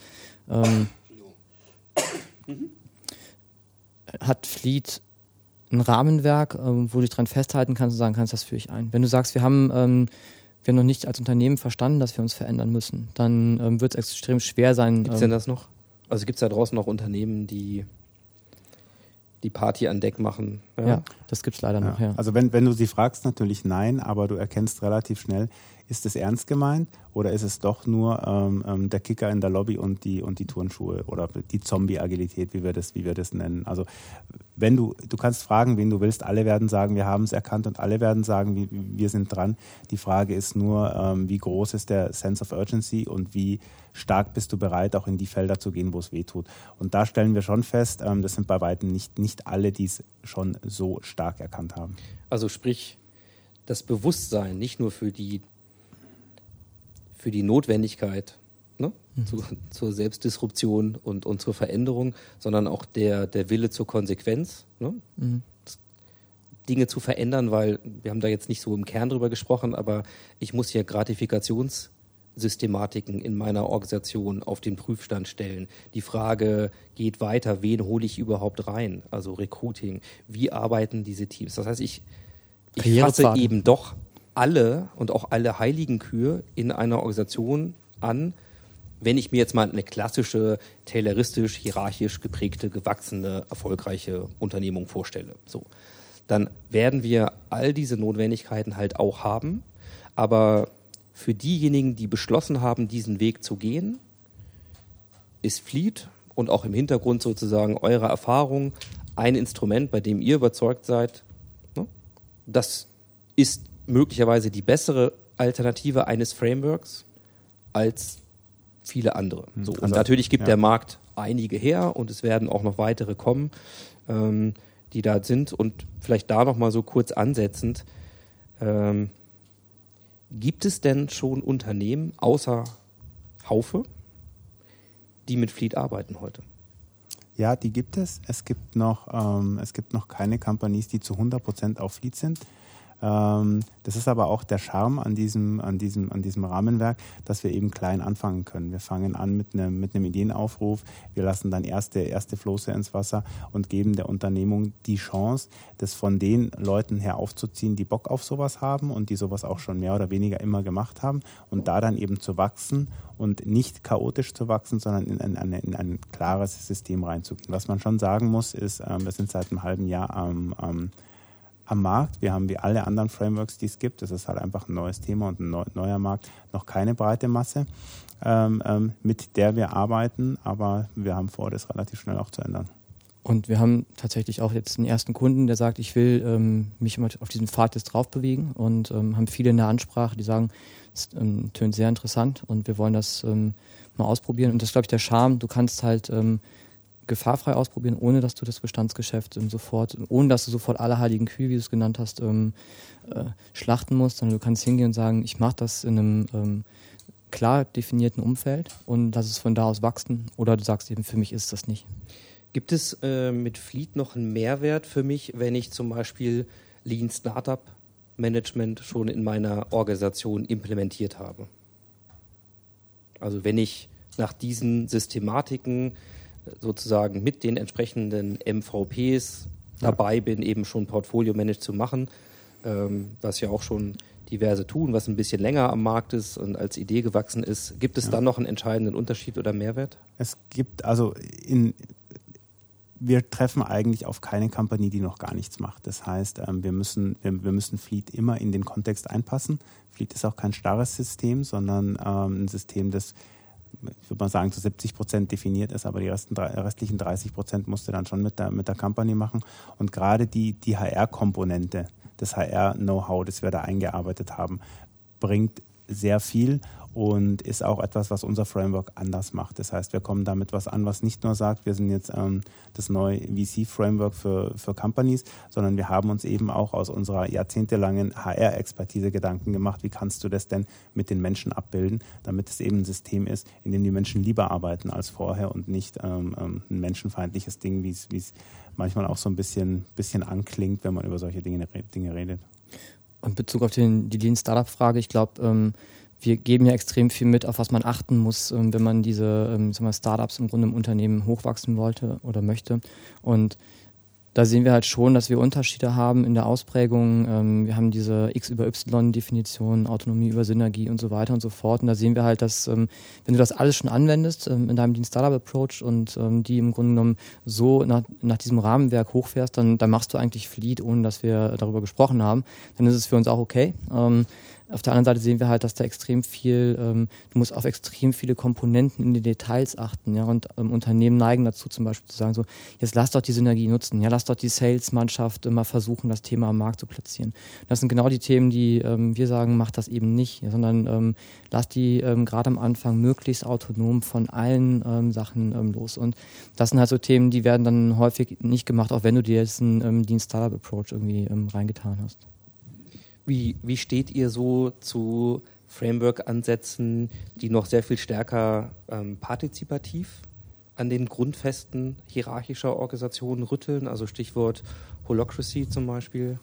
hat Fleet ein Rahmenwerk, wo du dich dran festhalten kannst und sagen kannst, das führe ich ein. Wenn du sagst, wir haben noch nicht als Unternehmen verstanden, dass wir uns verändern müssen, dann wird es extrem schwer sein. Gibt es denn das noch? Also gibt es da draußen noch Unternehmen, die Party an Deck machen? Ja, das gibt es leider noch. Ja. Also wenn du sie fragst, natürlich nein, aber du erkennst relativ schnell, ist es ernst gemeint oder ist es doch nur der Kicker in der Lobby und die Turnschuhe oder die Zombie-Agilität, wie wir das nennen. Also wenn du kannst fragen, wen du willst, alle werden sagen, wir haben es erkannt und alle werden sagen, wir sind dran. Die Frage ist nur, wie groß ist der Sense of Urgency und wie stark bist du bereit, auch in die Felder zu gehen, wo es weh tut. Und da stellen wir schon fest, das sind bei weitem nicht alle, die es schon so stark erkannt haben. Also sprich, das Bewusstsein nicht nur für die Notwendigkeit, ne, zur Selbstdisruption und zur Veränderung, sondern auch der Wille zur Konsequenz, ne, Dinge zu verändern, weil wir haben da jetzt nicht so im Kern drüber gesprochen, aber ich muss ja Gratifikationssystematiken in meiner Organisation auf den Prüfstand stellen. Die Frage geht weiter, wen hole ich überhaupt rein? Also Recruiting, wie arbeiten diese Teams? Das heißt, ich fasse eben doch alle und auch alle heiligen Kühe in einer Organisation an, wenn ich mir jetzt mal eine klassische, tayloristisch, hierarchisch geprägte, gewachsene, erfolgreiche Unternehmung vorstelle. So, dann werden wir all diese Notwendigkeiten halt auch haben, aber für diejenigen, die beschlossen haben, diesen Weg zu gehen, ist Fleet und auch im Hintergrund sozusagen eure Erfahrung ein Instrument, bei dem ihr überzeugt seid, ne? Das ist möglicherweise die bessere Alternative eines Frameworks als viele andere. So, und natürlich gibt der Markt einige her und es werden auch noch weitere kommen, die da sind. Und vielleicht da noch mal so kurz ansetzend, gibt es denn schon Unternehmen außer Haufe, die mit Fleet arbeiten heute? Ja, die gibt es. Es gibt noch keine Companies, die zu 100% auf Fleet sind. Das ist aber auch der Charme an diesem Rahmenwerk, dass wir eben klein anfangen können. Wir fangen an mit einem Ideenaufruf, wir lassen dann erste Flosse ins Wasser und geben der Unternehmung die Chance, das von den Leuten her aufzuziehen, die Bock auf sowas haben und die sowas auch schon mehr oder weniger immer gemacht haben und da dann eben zu wachsen und nicht chaotisch zu wachsen, sondern in ein klares System reinzugehen. Was man schon sagen muss, ist, wir sind seit einem halben Jahr am Markt. Wir haben wie alle anderen Frameworks, die es gibt, das ist halt einfach ein neues Thema und ein neuer Markt, noch keine breite Masse, mit der wir arbeiten, aber wir haben vor, das relativ schnell auch zu ändern. Und wir haben tatsächlich auch jetzt einen ersten Kunden, der sagt, ich will mich immer auf diesen Pfad jetzt drauf bewegen und haben viele in der Ansprache, die sagen, es tönt sehr interessant und wir wollen das mal ausprobieren. Und das ist, glaube ich, der Charme. Du kannst halt gefahrfrei ausprobieren, ohne dass du das Bestandsgeschäft ohne dass du sofort alle heiligen Kühe, wie du es genannt hast, schlachten musst, sondern du kannst hingehen und sagen, ich mache das in einem klar definierten Umfeld und lass es von da aus wachsen. Oder du sagst eben, für mich ist das nicht. Gibt es mit Fleet noch einen Mehrwert für mich, wenn ich zum Beispiel Lean Startup Management schon in meiner Organisation implementiert habe? Also wenn ich nach diesen Systematiken sozusagen mit den entsprechenden MVPs dabei bin, eben schon Portfolio-Managed zu machen, was ja auch schon diverse tun, was ein bisschen länger am Markt ist und als Idee gewachsen ist. Gibt es dann noch einen entscheidenden Unterschied oder Mehrwert? Es gibt wir treffen eigentlich auf keine Company, die noch gar nichts macht. Das heißt, wir müssen Fleet immer in den Kontext einpassen. Fleet ist auch kein starres System, sondern ein System, das, ich würde mal sagen, zu 70% definiert ist, aber die restlichen 30% musst du dann schon mit der Company machen. Und gerade die HR-Komponente, das HR-Know-how, das wir da eingearbeitet haben, bringt sehr viel und ist auch etwas, was unser Framework anders macht. Das heißt, wir kommen damit was an, was nicht nur sagt, wir sind jetzt das neue VC-Framework für Companies, sondern wir haben uns eben auch aus unserer jahrzehntelangen HR-Expertise Gedanken gemacht, wie kannst du das denn mit den Menschen abbilden, damit es eben ein System ist, in dem die Menschen lieber arbeiten als vorher und nicht ein menschenfeindliches Ding, wie es manchmal auch so ein bisschen anklingt, wenn man über solche Dinge redet. Und in Bezug auf die Lean Startup-Frage, ich glaube, wir geben ja extrem viel mit, auf was man achten muss, wenn man diese Startups im Grunde im Unternehmen hochwachsen wollte oder möchte. Und da sehen wir halt schon, dass wir Unterschiede haben in der Ausprägung. Wir haben diese X über Y-Definition, Autonomie über Synergie und so weiter und so fort. Und da sehen wir halt, dass wenn du das alles schon anwendest in deinem Lean Startup Approach und die im Grunde genommen so nach diesem Rahmenwerk hochfährst, dann machst du eigentlich Fleet, ohne dass wir darüber gesprochen haben. Dann ist es für uns auch okay. Auf der anderen Seite sehen wir halt, dass da extrem viel, du musst auf extrem viele Komponenten in den Details achten, ja, und Unternehmen neigen dazu zum Beispiel zu sagen so, jetzt lass doch die Synergie nutzen, ja, lass doch die Sales-Mannschaft immer versuchen, das Thema am Markt zu platzieren. Das sind genau die Themen, die wir sagen, mach das eben nicht, ja, sondern lass die gerade am Anfang möglichst autonom von allen Sachen los. Und das sind halt so Themen, die werden dann häufig nicht gemacht, auch wenn du dir jetzt einen Lean Startup Approach irgendwie reingetan hast. Wie steht ihr so zu Framework-Ansätzen, die noch sehr viel stärker partizipativ an den Grundfesten hierarchischer Organisationen rütteln? Also Stichwort Holacracy zum Beispiel.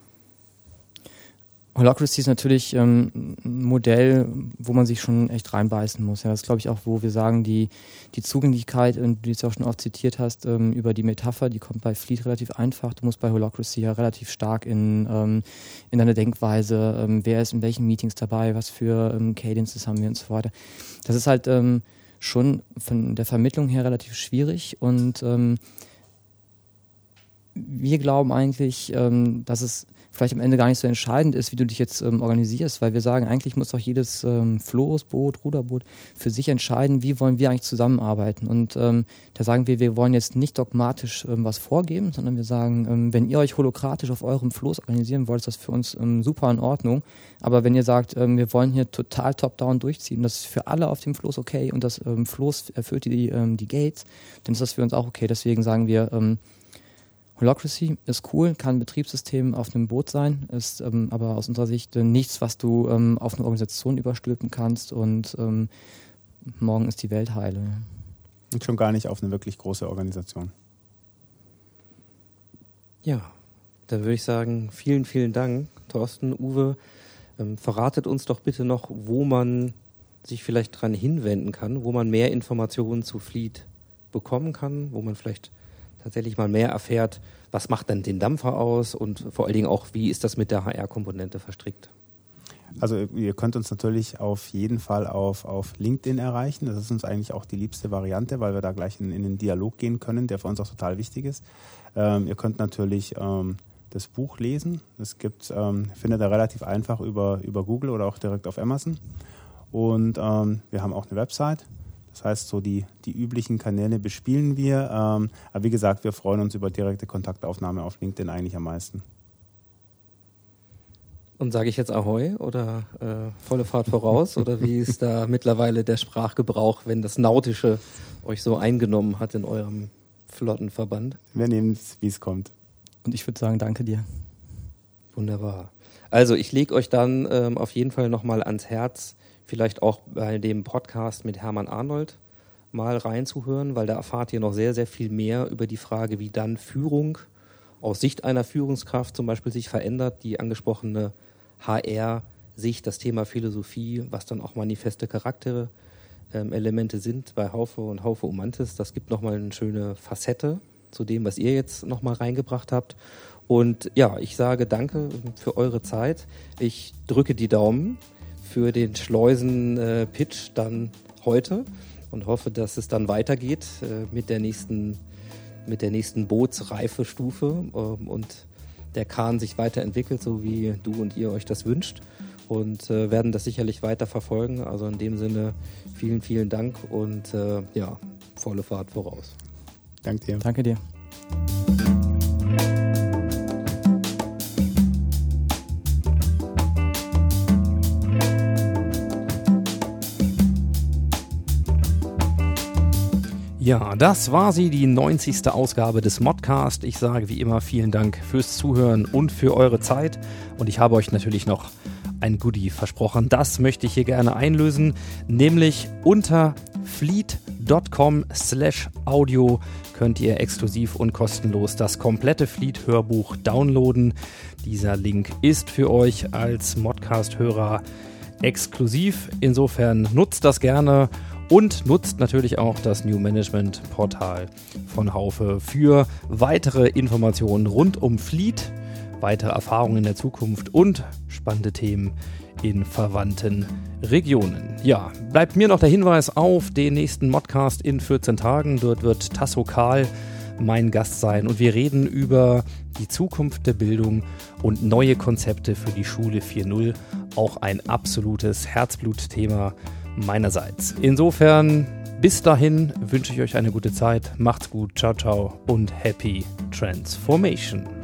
Holacracy ist natürlich ein Modell, wo man sich schon echt reinbeißen muss. Ja, das ist, glaube ich, auch, wo wir sagen, die Zugänglichkeit, die du jetzt auch schon oft zitiert hast, über die Metapher, die kommt bei Fleet relativ einfach. Du musst bei Holacracy ja relativ stark in deine Denkweise, wer ist in welchen Meetings dabei, was für Cadences haben wir und so weiter. Das ist halt schon von der Vermittlung her relativ schwierig und wir glauben eigentlich, dass es vielleicht am Ende gar nicht so entscheidend ist, wie du dich jetzt organisierst, weil wir sagen, eigentlich muss doch jedes Floß, Boot, Ruderboot für sich entscheiden, wie wollen wir eigentlich zusammenarbeiten. Und da sagen wir wollen jetzt nicht dogmatisch was vorgeben, sondern wir sagen, wenn ihr euch holokratisch auf eurem Floß organisieren wollt, ist das für uns super in Ordnung. Aber wenn ihr sagt, wir wollen hier total top-down durchziehen, das ist für alle auf dem Floß okay und das Floß erfüllt die Gates, dann ist das für uns auch okay. Deswegen sagen wir, Holacracy ist cool, kann ein Betriebssystem auf einem Boot sein, ist aber aus unserer Sicht nichts, was du auf eine Organisation überstülpen kannst und morgen ist die Welt heile. Und schon gar nicht auf eine wirklich große Organisation. Ja, dann würde ich sagen, vielen, vielen Dank, Thorsten, Uwe. Verratet uns doch bitte noch, wo man sich vielleicht dran hinwenden kann, wo man mehr Informationen zu Fleet bekommen kann, wo man vielleicht tatsächlich mal mehr erfährt, was macht dann den Dampfer aus und vor allen Dingen auch, wie ist das mit der HR-Komponente verstrickt? Also ihr könnt uns natürlich auf jeden Fall auf LinkedIn erreichen. Das ist uns eigentlich auch die liebste Variante, weil wir da gleich in den Dialog gehen können, der für uns auch total wichtig ist. Ihr könnt natürlich das Buch lesen. Das findet ihr relativ einfach über Google oder auch direkt auf Amazon. Und wir haben auch eine Website. Das heißt, so die üblichen Kanäle bespielen wir. Aber wie gesagt, wir freuen uns über direkte Kontaktaufnahme auf LinkedIn eigentlich am meisten. Und sage ich jetzt Ahoi oder volle Fahrt voraus? Oder wie ist da mittlerweile der Sprachgebrauch, wenn das Nautische euch so eingenommen hat in eurem Flottenverband? Wir nehmen es, wie es kommt. Und ich würde sagen, danke dir. Wunderbar. Also ich lege euch dann auf jeden Fall nochmal ans Herz, vielleicht auch bei dem Podcast mit Hermann Arnold mal reinzuhören, weil da erfahrt ihr noch sehr, sehr viel mehr über die Frage, wie dann Führung aus Sicht einer Führungskraft zum Beispiel sich verändert, die angesprochene HR-Sicht, das Thema Philosophie, was dann auch manifeste Charakterelemente sind bei Haufe und Haufe Umantis. Das gibt nochmal eine schöne Facette zu dem, was ihr jetzt nochmal reingebracht habt. Und ja, ich sage danke für eure Zeit. Ich drücke die Daumen für den Schleusen-Pitch dann heute und hoffe, dass es dann weitergeht mit der nächsten Bootsreifestufe und der Kahn sich weiterentwickelt, so wie du und ihr euch das wünscht, und werden das sicherlich weiter verfolgen. Also in dem Sinne vielen, vielen Dank und volle Fahrt voraus. Danke dir. Danke dir. Ja, das war sie, die 90. Ausgabe des Modcast. Ich sage wie immer vielen Dank fürs Zuhören und für eure Zeit. Und ich habe euch natürlich noch ein Goodie versprochen. Das möchte ich hier gerne einlösen, nämlich unter fleet.com/audio könnt ihr exklusiv und kostenlos das komplette Fleet-Hörbuch downloaden. Dieser Link ist für euch als Modcast-Hörer exklusiv. Insofern nutzt das gerne. Und nutzt natürlich auch das New Management Portal von Haufe für weitere Informationen rund um Fleet, weitere Erfahrungen in der Zukunft und spannende Themen in verwandten Regionen. Ja, bleibt mir noch der Hinweis auf den nächsten Modcast in 14 Tagen. Dort wird Tasso Kahl mein Gast sein und wir reden über die Zukunft der Bildung und neue Konzepte für die Schule 4.0. Auch ein absolutes Herzblutthema meinerseits. Insofern, bis dahin wünsche ich euch eine gute Zeit. Macht's gut, ciao, ciao und happy Transformation.